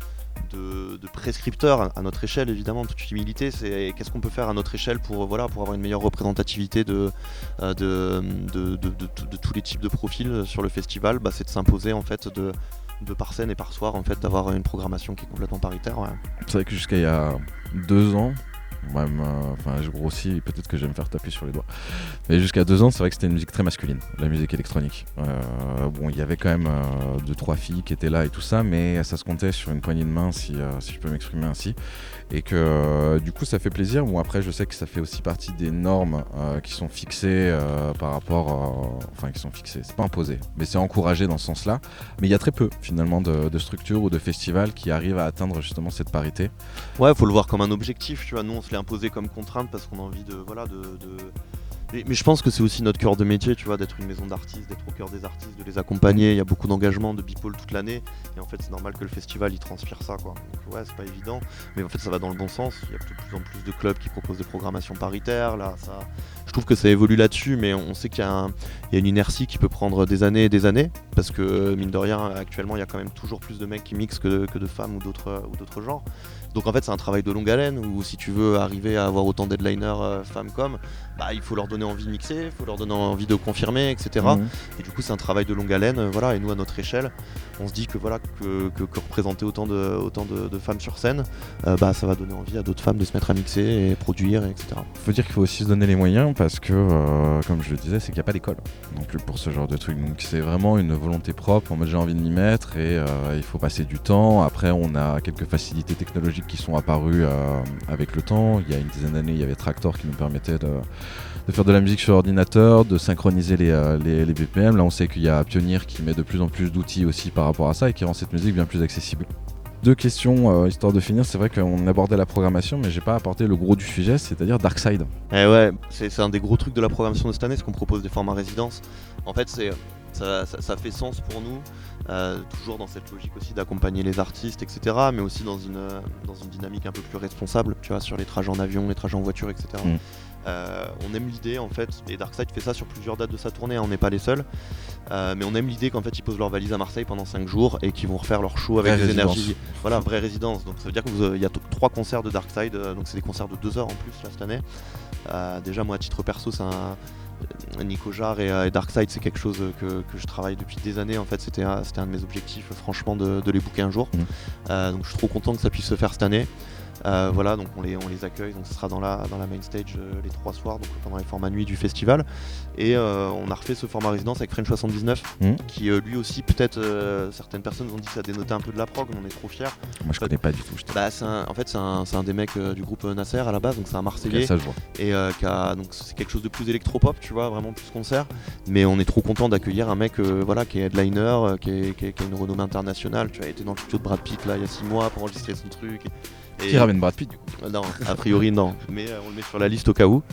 de, de prescripteur à notre échelle, évidemment, en toute humilité, c'est qu'est-ce qu'on peut faire à notre échelle pour, voilà, pour avoir une meilleure représentativité de, euh, de, de, de, de- de- de tous les types de profils sur le festival. Bah, c'est de s'imposer en fait de, de par scène et par soir, en fait, d'avoir une programmation qui est complètement paritaire. Ouais. C'est vrai que jusqu'à il y a deux ans, même, euh, enfin je grossis, peut-être que je vais me faire taper sur les doigts. Mais jusqu'à deux ans, c'est vrai que c'était une musique très masculine, la musique électronique. Euh, bon, il y avait quand même euh, deux, trois filles qui étaient là et tout ça, mais ça se comptait sur une poignée de main, si, euh, si je peux m'exprimer ainsi. Et que euh, du coup, ça fait plaisir. Bon, après, je sais que ça fait aussi partie des normes euh, qui sont fixées euh, par rapport, euh, enfin, qui sont fixées. C'est pas imposé, mais c'est encouragé dans ce sens-là. Mais il y a très peu finalement de, de structures ou de festivals qui arrivent à atteindre justement cette parité. Ouais, faut le voir comme un objectif, tu vois. Nous, on se l'est imposé comme contrainte parce qu'on a envie de, voilà, de. de... Mais, mais je pense que c'est aussi notre cœur de métier, tu vois, d'être une maison d'artistes, d'être au cœur des artistes, de les accompagner. Il y a beaucoup d'engagement de Beeple toute l'année, et en fait, c'est normal que le festival il transpire ça, quoi. Donc ouais, c'est pas évident, mais en fait, ça va dans le bon sens. Il y a de plus en plus de clubs qui proposent des programmations paritaires. Là, ça, je trouve que ça évolue là-dessus, mais on sait qu'il y a, un- il y a une inertie qui peut prendre des années et des années, parce que mine de rien, actuellement, il y a quand même toujours plus de mecs qui mixent que de, que de femmes ou d'autres ou d'autres genres. Donc en fait c'est un travail de longue haleine où si tu veux arriver à avoir autant d'headliners euh, femmes comme, bah il faut leur donner envie de mixer, il faut leur donner envie de confirmer, et cetera. Mhm. Et du coup c'est un travail de longue haleine, euh, voilà. Et nous à notre échelle, on se dit que voilà que, que, que représenter autant de, autant de, de femmes sur scène, euh, bah ça va donner envie à d'autres femmes de se mettre à mixer et produire, et cetera. Faut dire qu'il faut aussi se donner les moyens parce que, euh, comme je le disais, c'est qu'il n'y a pas d'école non plus pour ce genre de truc. Donc c'est vraiment une volonté propre, en mode j'ai envie de m'y mettre et euh, il faut passer du temps. Après, on a quelques facilités technologiques qui sont apparues euh, avec le temps. Il y a une dizaine d'années, il y avait Tractor qui nous permettait de, de faire de la musique sur ordinateur, de synchroniser les, euh, les, les B P M. Là, on sait qu'il y a Pioneer qui met de plus en plus d'outils aussi par rapport à ça et qui rend cette musique bien plus accessible. Deux questions, euh, histoire de finir. C'est vrai qu'on abordait la programmation, mais j'ai pas apporté le gros du sujet, c'est-à-dire Darkside. Et ouais, c'est c'est un des gros trucs de la programmation de cette année, c'est qu'on propose des formats résidence. En fait, c'est ça, ça, ça fait sens pour nous, euh, toujours dans cette logique aussi d'accompagner les artistes, et cetera. Mais aussi dans une, euh, dans une dynamique un peu plus responsable, tu vois, sur les trajets en avion, les trajets en voiture, et cetera. Mm. Euh, on aime l'idée en fait, et Darkside fait ça sur plusieurs dates de sa tournée, hein, on n'est pas les seuls. Euh, mais on aime l'idée qu'en fait ils posent leur valise à Marseille pendant cinq jours et qu'ils vont refaire leur show avec Vraie des résidence. énergies. Voilà, vraie résidence. Donc ça veut dire qu'il y a t- trois concerts de Darkside, euh, donc c'est des concerts de deux heures en plus là, cette année. Euh, déjà moi à titre perso c'est un Nico Jarre et, euh, et Darkside c'est quelque chose que, que je travaille depuis des années en fait, c'était un, c'était un de mes objectifs franchement de, de les booker un jour. Mhm. Euh, donc je suis trop content que ça puisse se faire cette année. Euh, voilà, donc on les, on les accueille, donc ce sera dans la, dans la main stage euh, les trois soirs, donc pendant les formats nuit du festival. Et euh, on a refait ce format résidence avec French soixante-dix-neuf, Mhm. qui euh, lui aussi peut-être euh, certaines personnes ont dit que ça dénotait un peu de la prog, mais on est trop fiers. Moi, je connais pas du tout. Je te- Bah, c'est un- en fait c'est un, c'est un des mecs euh, du groupe Nasser à la base, donc c'est un Ok, Marseillais. ça, je vois. Et euh, qui a- donc c'est quelque chose de plus électropop, tu vois, vraiment plus concert. Mais on est trop content d'accueillir un mec euh, voilà, qui est headliner, euh, qui, est- qui est- qui a une renommée internationale. Tu as été dans le studio de Brad Pitt là il y a six mois pour enregistrer son truc. Et- Qui ramène Brad Pitt, du coup. Euh, Non, a priori non, mais euh, on le met sur la liste au cas où.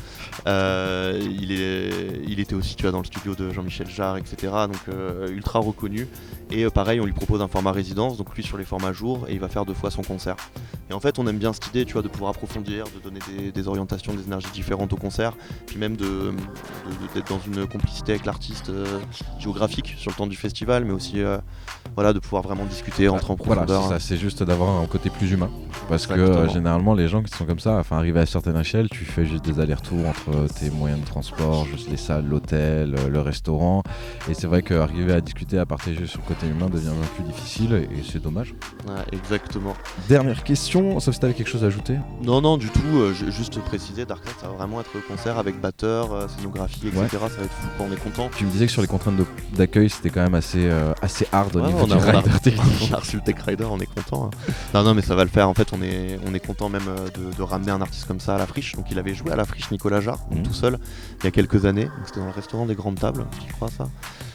Euh, il, est, il était aussi tu vois, dans le studio de Jean-Michel Jarre, et cetera. Donc euh, ultra reconnu. Et euh, pareil, on lui propose un format résidence, donc lui sur les formats jours, et il va faire deux fois son concert. Et en fait, on aime bien cette idée, tu vois, de pouvoir approfondir, de donner des, des orientations, des énergies différentes au concert, puis même de, de- de- d'être dans une complicité avec l'artiste euh, géographique sur le temps du festival, mais aussi euh, voilà, de pouvoir vraiment discuter, rentrer en Voilà, profondeur. c'est ça, c'est juste d'avoir un côté plus humain. Parce que Exactement. euh, généralement, les gens qui sont comme ça, enfin, arriver à certaines échelles, tu fais juste des allers-retours entre tes moyens de transport, juste les salles, l'hôtel, euh, le restaurant. Et c'est vrai qu'arriver à discuter, à partager sur le côté humain devient un peu plus difficile et c'est dommage. Ouais, exactement. Dernière question, sauf si tu avais quelque chose à ajouter. Non, non, du tout. euh, ju- juste préciser, Darkside, ça va vraiment être concert avec batteur, euh, scénographie, et cetera. Ça va être fou, quoi, on est content. Tu me disais que sur les contraintes de- d'accueil, c'était quand même assez, euh, assez hard au Ouais, niveau on, du a, on, a, rider technique. on a reçu le Tech Rider, on est content. hein. Non, non, mais ça va le faire. En fait, on est, on est content même euh, de, de ramener un artiste comme ça à la friche. Donc, il avait joué à la friche, Nicolas Jarre, Mhm. tout seul, il y a quelques années. Donc, c'était dans le restaurant des Grandes Tables, je crois, ça.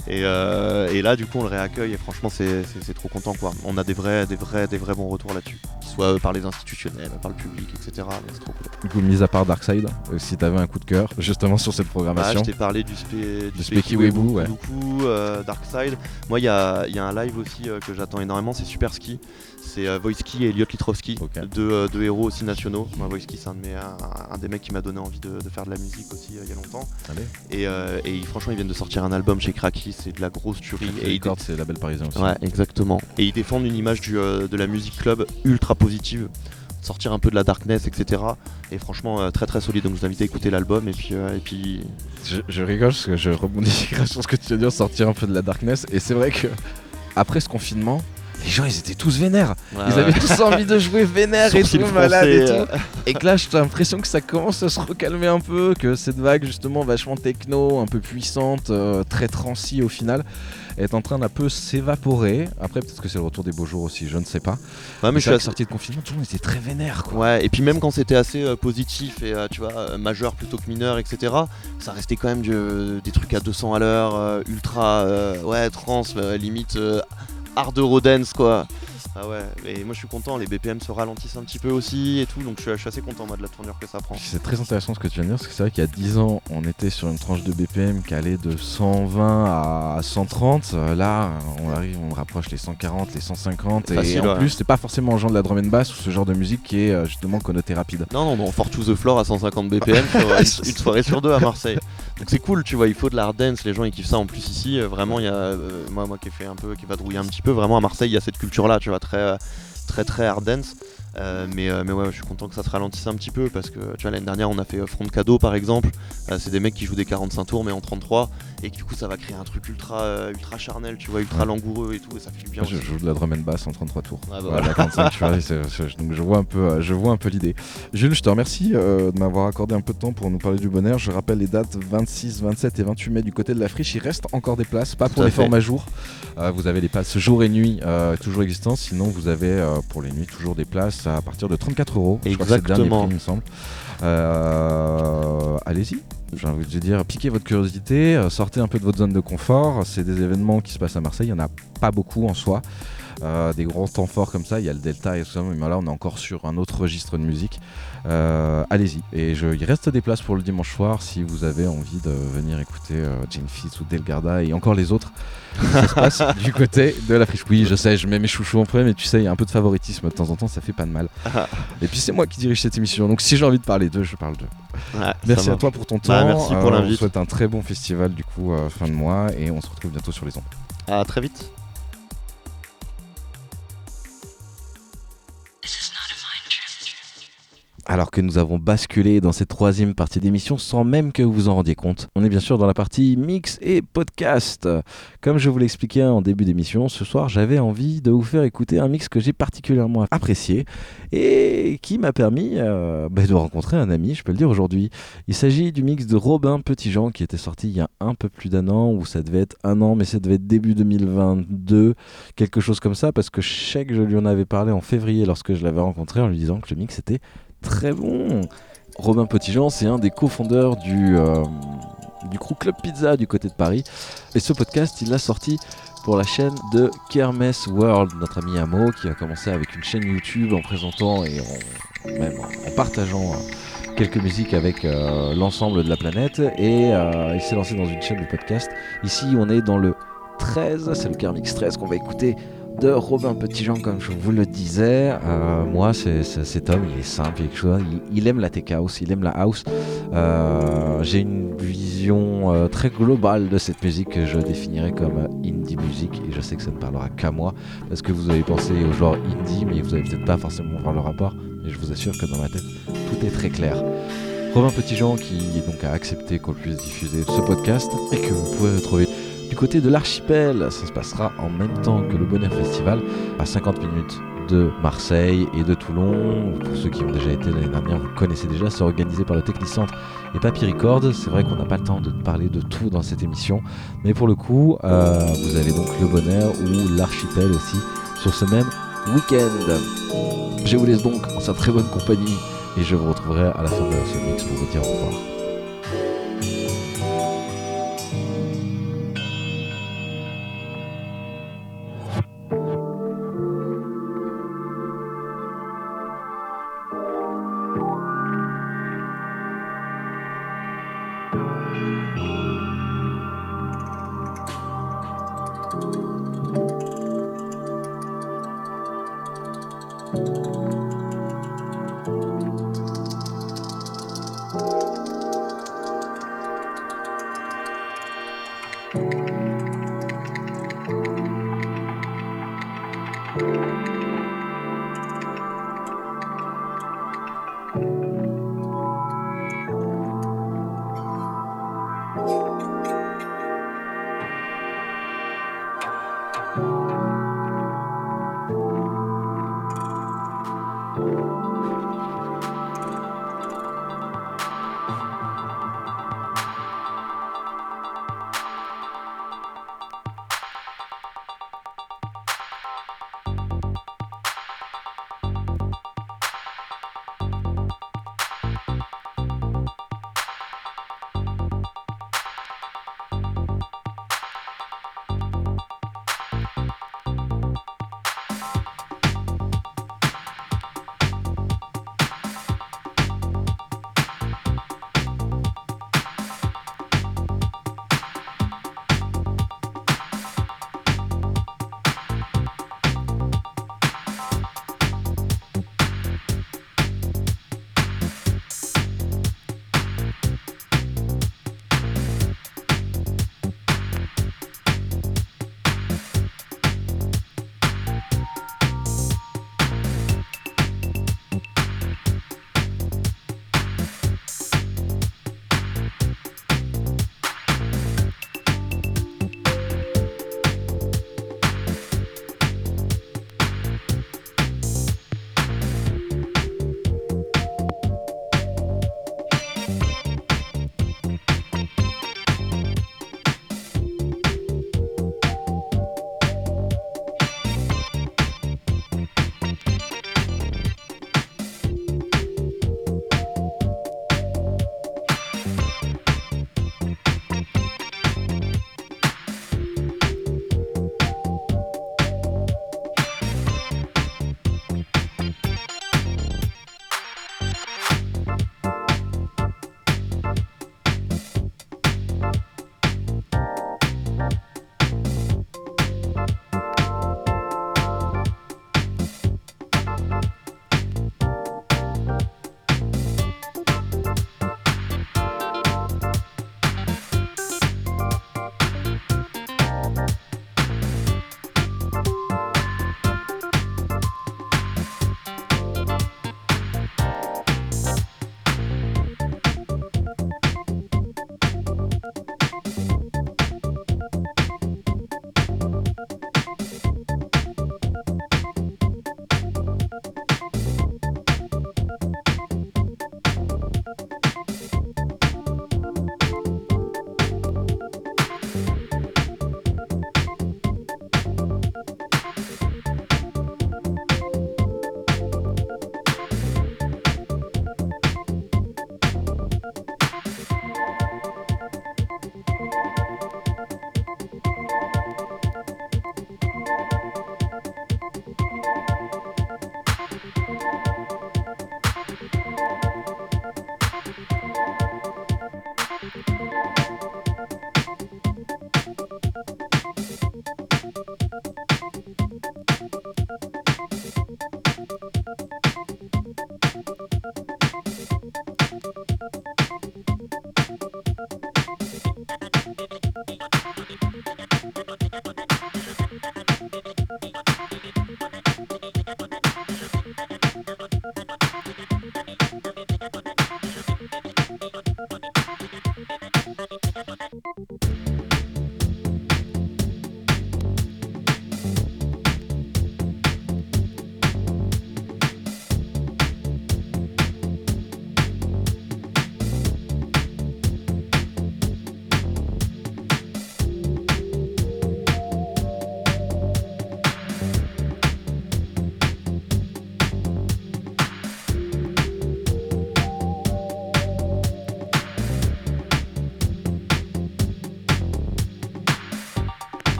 Et, euh, et là, du coup, on le réaccueille et franchement, c'est, c'est, c'est trop content, quoi. On a des vrais, des vrais, des vrais bons retours là-dessus, qu'ils soient par les institutionnels, par le public, et cetera. Mais c'est trop cool. Du coup, mis à part Darkside, euh, si t'avais un coup de cœur justement sur cette Ah, programmation. je t'ai parlé du, spé, Du Specky Webu, ouais. Du coup, euh, Darkside. Moi, il y a, y a un live aussi euh, que j'attends énormément, c'est Super Ski. C'est euh, Wojski et Elliot Litrovski, Okay. deux, euh, deux héros aussi nationaux. Moi, Wojski, c'est un, de mes, un, un des mecs qui m'a donné envie de, de faire de la musique aussi euh, il y a longtemps. Allez. Et, euh, et franchement, ils viennent de sortir un album chez Cracky, c'est de la grosse tuerie. Et ils Record, c'est label parisien aussi. Ouais, exactement. Et ils défendent une image du, euh, de la musique club ultra positive, sortir un peu de la darkness, et cetera. Et franchement, euh, très très solide. Donc je vous invite à écouter l'album. Et puis, euh, et puis... Je, je rigole parce que je rebondis sur ce que tu viens de dire, sortir un peu de la darkness. Et c'est vrai que après ce confinement, les gens ils étaient tous vénères. Ouais, ils ouais. avaient tous envie de jouer vénère et tout, Sourcils malade et froncés, tout. Et que là j'ai l'impression que ça commence à se recalmer un peu, que cette vague justement vachement techno, un peu puissante, euh, très transi au final, est en train d'un peu s'évaporer. Après peut-être que c'est le retour des beaux jours aussi, je ne sais pas. Ouais, mais, Mais je c'est suis vrai que assez... sorti de confinement, tout le monde était très vénère quoi. Ouais, et puis même quand c'était assez euh, positif et euh, tu vois, euh, majeur plutôt que mineur, et cetera, ça restait quand même du, des trucs à deux cents à l'heure, euh, ultra, euh, ouais, trans, euh, limite euh, hard eurodance quoi. Ah ouais, et moi je suis content, les B P M se ralentissent un petit peu aussi et tout, donc je suis, je suis assez content moi de la tournure que ça prend. C'est très intéressant ce que tu viens de dire, parce que c'est vrai qu'il y a dix ans, on était sur une tranche de B P M qui allait de cent vingt à cent trente. Euh, là, on arrive, on rapproche les cent quarante, les cent cinquante. Facile, et en ouais. plus, c'est pas forcément le genre de la drum and bass ou ce genre de musique qui est euh, justement connoté rapide. Non, non, non, Fort to the Floor à cent cinquante B P M sur euh, une, une soirée sur deux à Marseille. Donc c'est cool, tu vois, il faut de la hard dance, les gens ils kiffent ça en plus ici. euh, vraiment, il y a euh, moi, moi qui ai fait un peu, qui va drouiller un petit peu, vraiment à Marseille, il y a cette culture là, tu vois, très. Euh, très très hard dance, euh, mais, euh, mais ouais, je suis content que ça se ralentisse un petit peu parce que tu vois, l'année dernière on a fait euh, Front Cadeau par exemple, euh, c'est des mecs qui jouent des quarante-cinq tours mais en trente-trois, et du coup ça va créer un truc ultra euh, ultra charnel, tu vois, ultra Ouais. langoureux et tout, et ça fait du bien. Moi, je aussi. joue de la drum and bass en trente-trois tours. Ah bah Voilà, voilà. quarante-cinq, tu vois, c'est- c'est- donc je vois un peu, euh, je vois un peu l'idée. Jules, je te remercie euh, de m'avoir accordé un peu de temps pour nous parler du Bon Air. Je rappelle les dates vingt-six, vingt-sept et vingt-huit mai du côté de la Friche. Il reste encore des places, pas Tout pour à les fait. formats jour. Euh, vous avez les passes jour et nuit euh, toujours existants. Sinon, vous avez euh, pour les nuits toujours des places à partir de trente-quatre euros. Je crois que c'est le dernier Exactement. prix, il me semble. Euh, allez-y. J'ai envie de dire, piquez votre curiosité, euh, sortez un peu de votre zone de confort. C'est des événements qui se passent à Marseille, il n'y en a pas beaucoup en soi. Euh, des grands temps forts comme ça, il y a le Delta et tout ça, mais là on est encore sur un autre registre de musique. Euh, allez-y, et je, il reste des places pour le dimanche soir si vous avez envie de venir écouter euh, Jane Fitz ou Delgarda et encore les autres. Ça se passe du côté de la Friche. Oui, je sais, je mets mes chouchous en premier, mais tu sais, il y a un peu de favoritisme de temps en temps, ça fait pas de mal. Et puis c'est moi qui dirige cette émission, donc si j'ai envie de parler d'eux, je parle d'eux. Ouais, Merci ça à va. toi pour ton temps. Bah, merci pour Euh, l'invite. On souhaite un très bon festival du coup euh, fin de mois et on se retrouve bientôt sur les ondes. À très vite. Alors que nous avons basculé dans cette troisième partie d'émission sans même que vous vous en rendiez compte. On est bien sûr dans la partie mix et podcast. Comme je vous l'expliquais en début d'émission, ce soir j'avais envie de vous faire écouter un mix que j'ai particulièrement apprécié et qui m'a permis euh, bah, de rencontrer un ami, je peux le dire aujourd'hui. Il s'agit du mix de Robin Petitjean qui était sorti il y a un peu plus d'un an, ou ça devait être un an, mais ça devait être début deux mille vingt-deux, quelque chose comme ça, parce que je sais que je lui en avais parlé en février lorsque je l'avais rencontré en lui disant que le mix était très bon. Robin Petitjean, c'est un des cofondeurs du, euh, du crew Club Pizza du côté de Paris. Et ce podcast, il l'a sorti pour la chaîne de Kermesse World, notre ami Amo, qui a commencé avec une chaîne YouTube en présentant et en, même en partageant euh, quelques musiques avec euh, l'ensemble de la planète. Et euh, il s'est lancé dans une chaîne de podcast. Ici, on est dans le treize, c'est le Kermix treize qu'on va écouter de Robin Petitjean, comme je vous le disais. Euh, moi, c'est, c'est, cet homme, il est simple, il, quelque chose, il, il aime la tech house, il aime la house. Euh, j'ai une vision euh, très globale de cette musique que je définirais comme indie music, et je sais que ça ne parlera qu'à moi, parce que vous avez pensé au genre indie, mais vous n'allez peut-être pas forcément voir le rapport, et je vous assure que dans ma tête, tout est très clair. Robin Petitjean qui donc a accepté qu'on puisse diffuser ce podcast, et que vous pouvez retrouver du côté de l'archipel. Ça se passera en même temps que le Bon Air Festival, à cinquante minutes de Marseille et de Toulon. Pour ceux qui ont déjà été l'année dernière, vous connaissez déjà, c'est organisé par le Technicentre et Papy Records. C'est vrai qu'on n'a pas le temps de parler de tout dans cette émission, mais pour le coup, euh, vous avez donc le Bon Air ou l'archipel aussi sur ce même week-end. Je vous laisse donc en sa très bonne compagnie et je vous retrouverai à la fin de ce mix pour vous dire au revoir.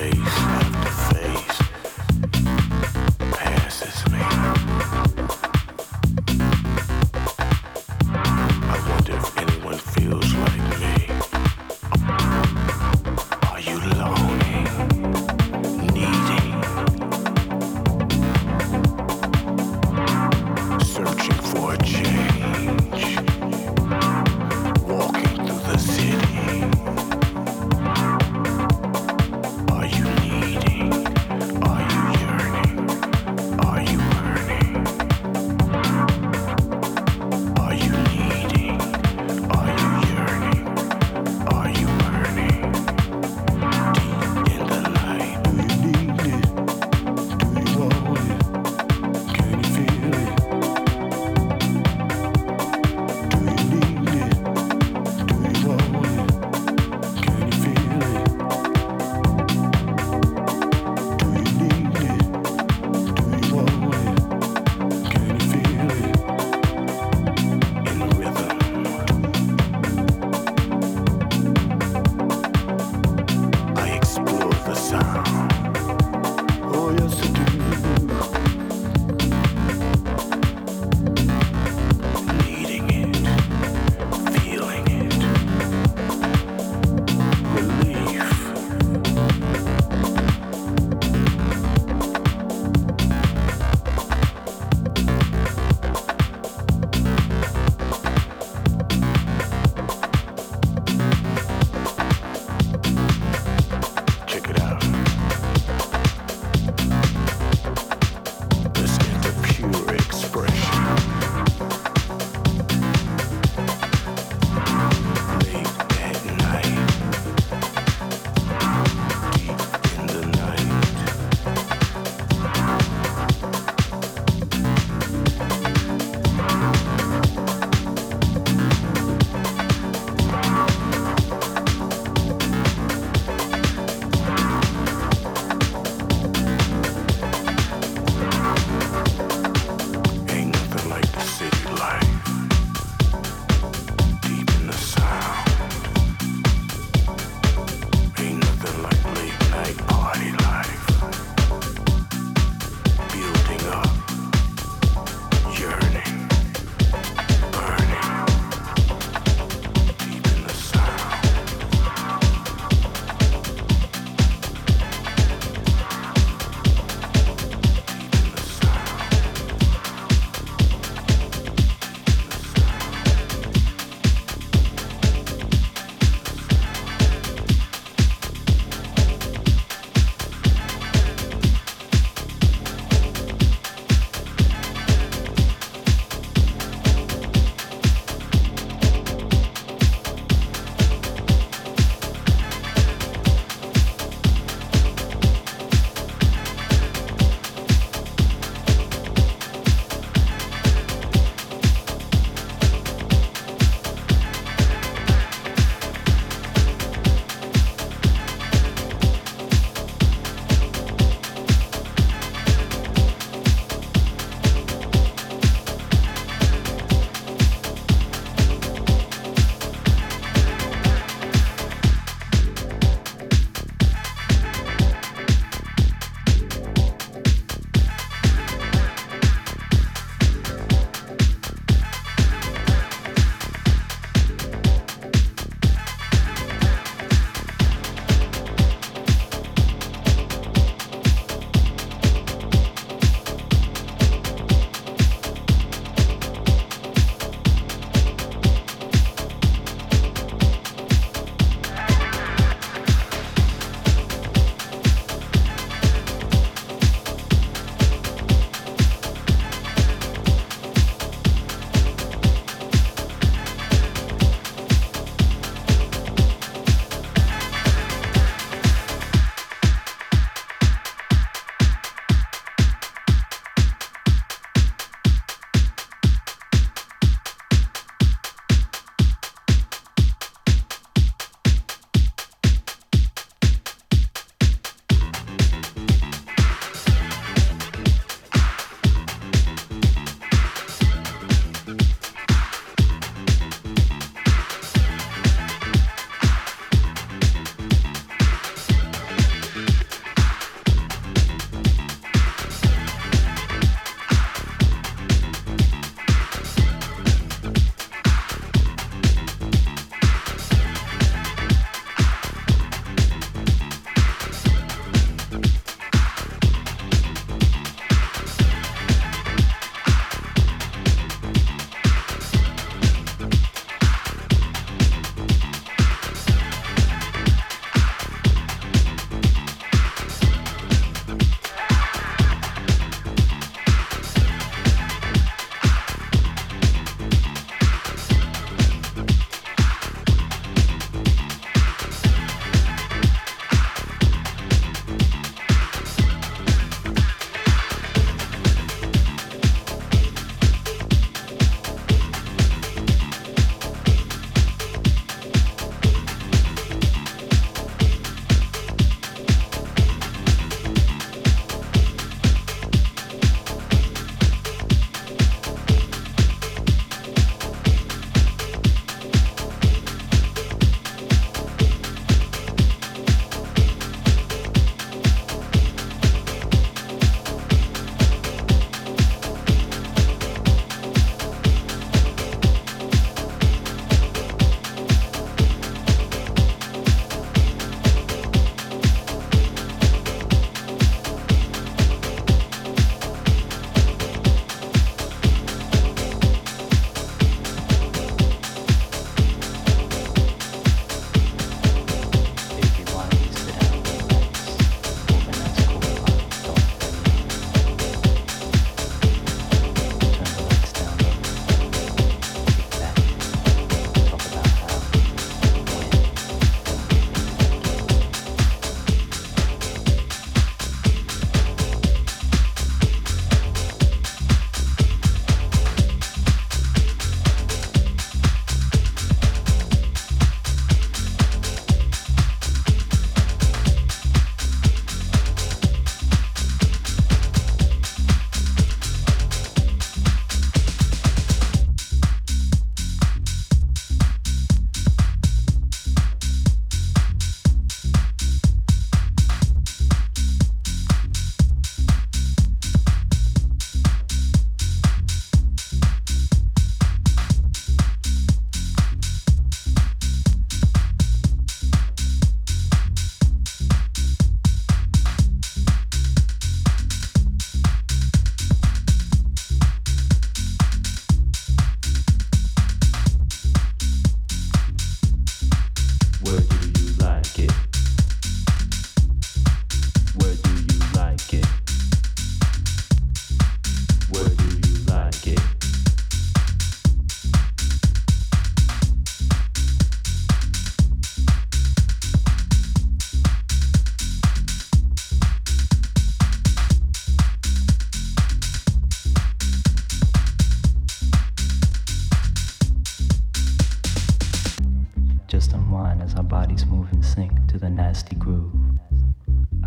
Are you needing?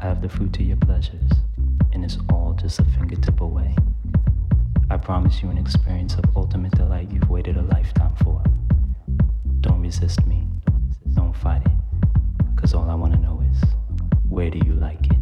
have the fruit to your pleasures, and it's all just a fingertip away. I promise you an experience of ultimate delight you've waited a lifetime for. Don't resist me, don't fight it, cause all I wanna know is, where do you like it?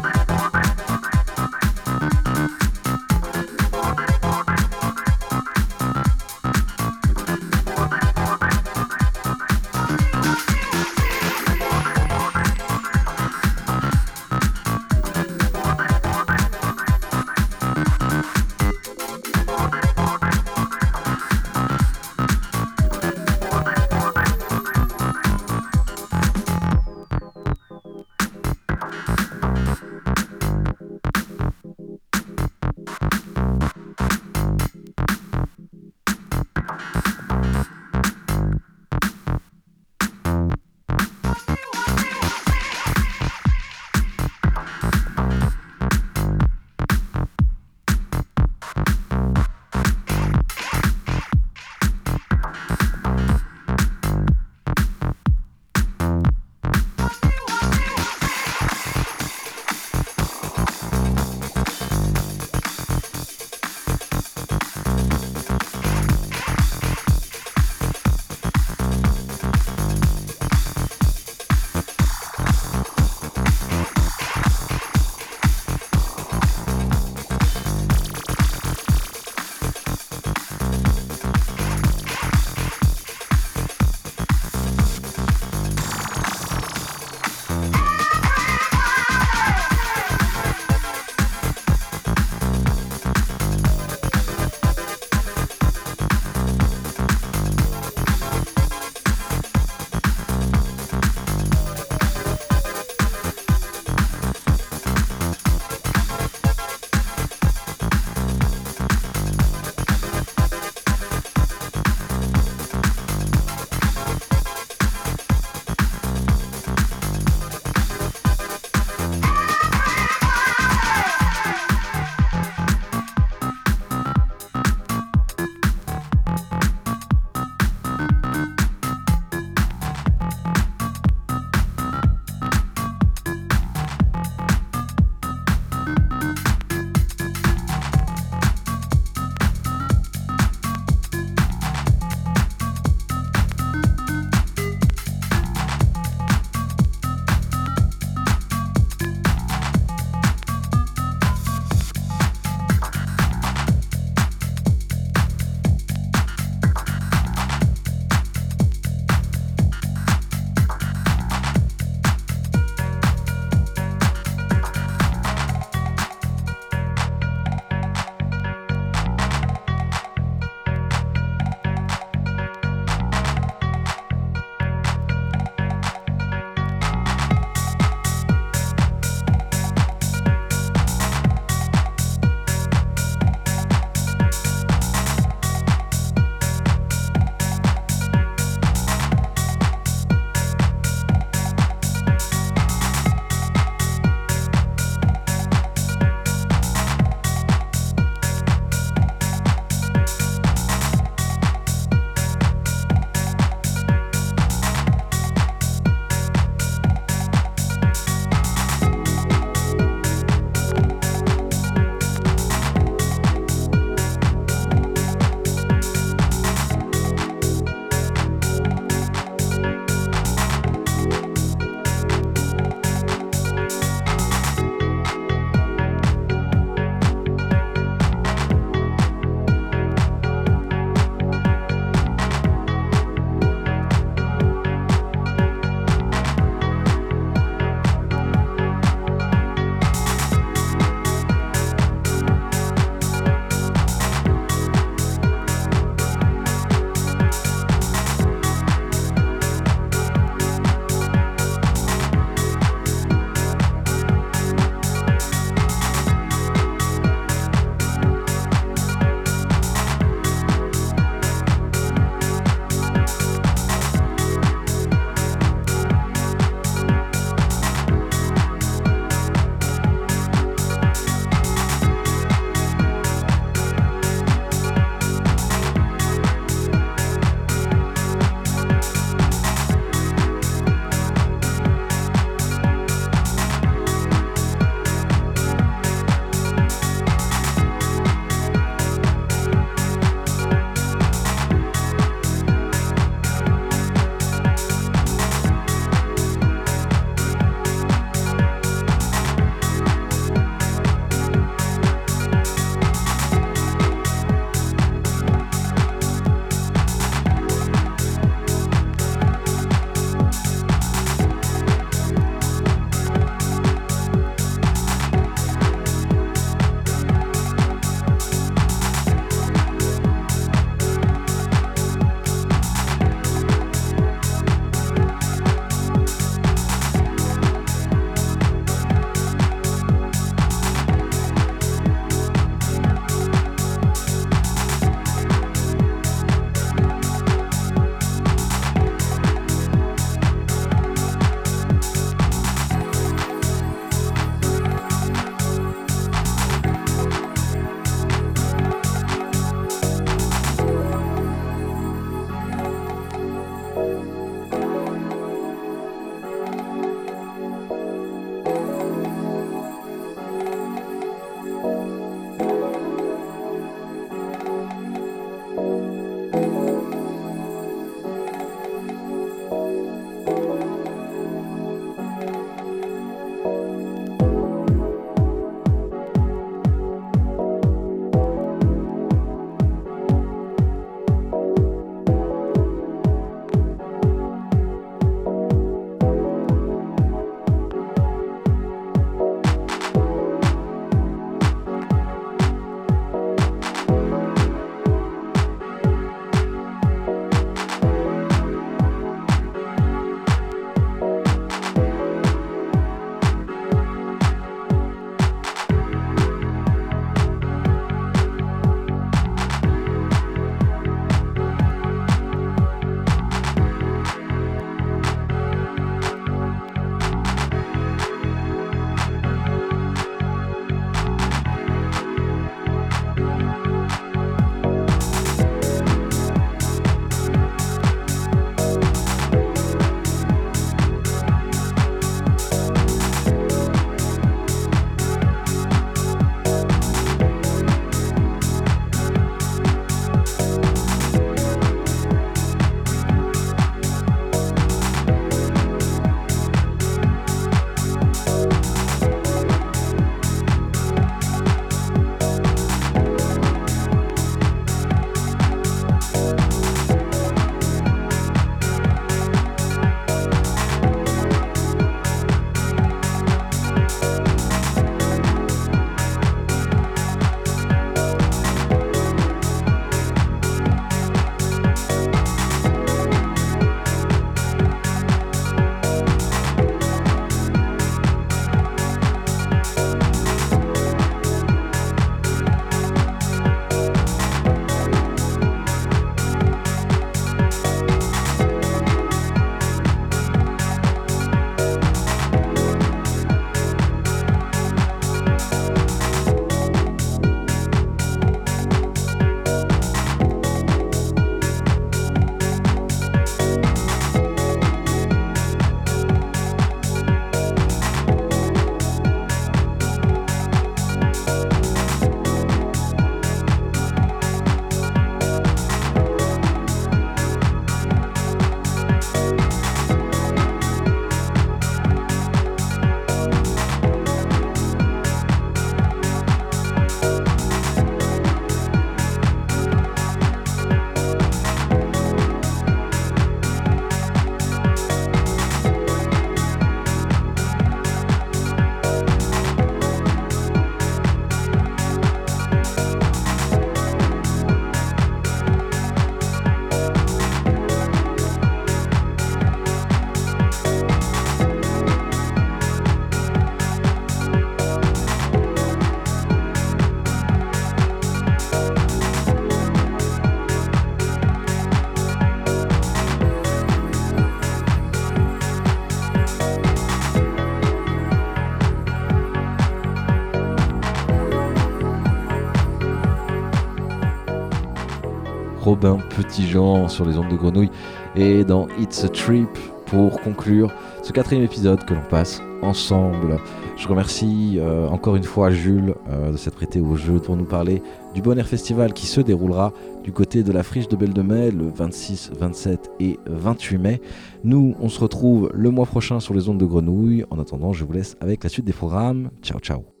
Robin Petitjean sur les ondes de Grenouille et dans It's a Trip pour conclure ce quatrième épisode que l'on passe ensemble. Je remercie euh, encore une fois Jules euh, de s'être prêté au jeu pour nous parler du Bon Air Festival qui se déroulera du côté de la Friche de Belle de Mai le vingt-six, vingt-sept et vingt-huit mai. Nous, on se retrouve le mois prochain sur les ondes de Grenouille. En attendant, je vous laisse avec la suite des programmes. Ciao, ciao.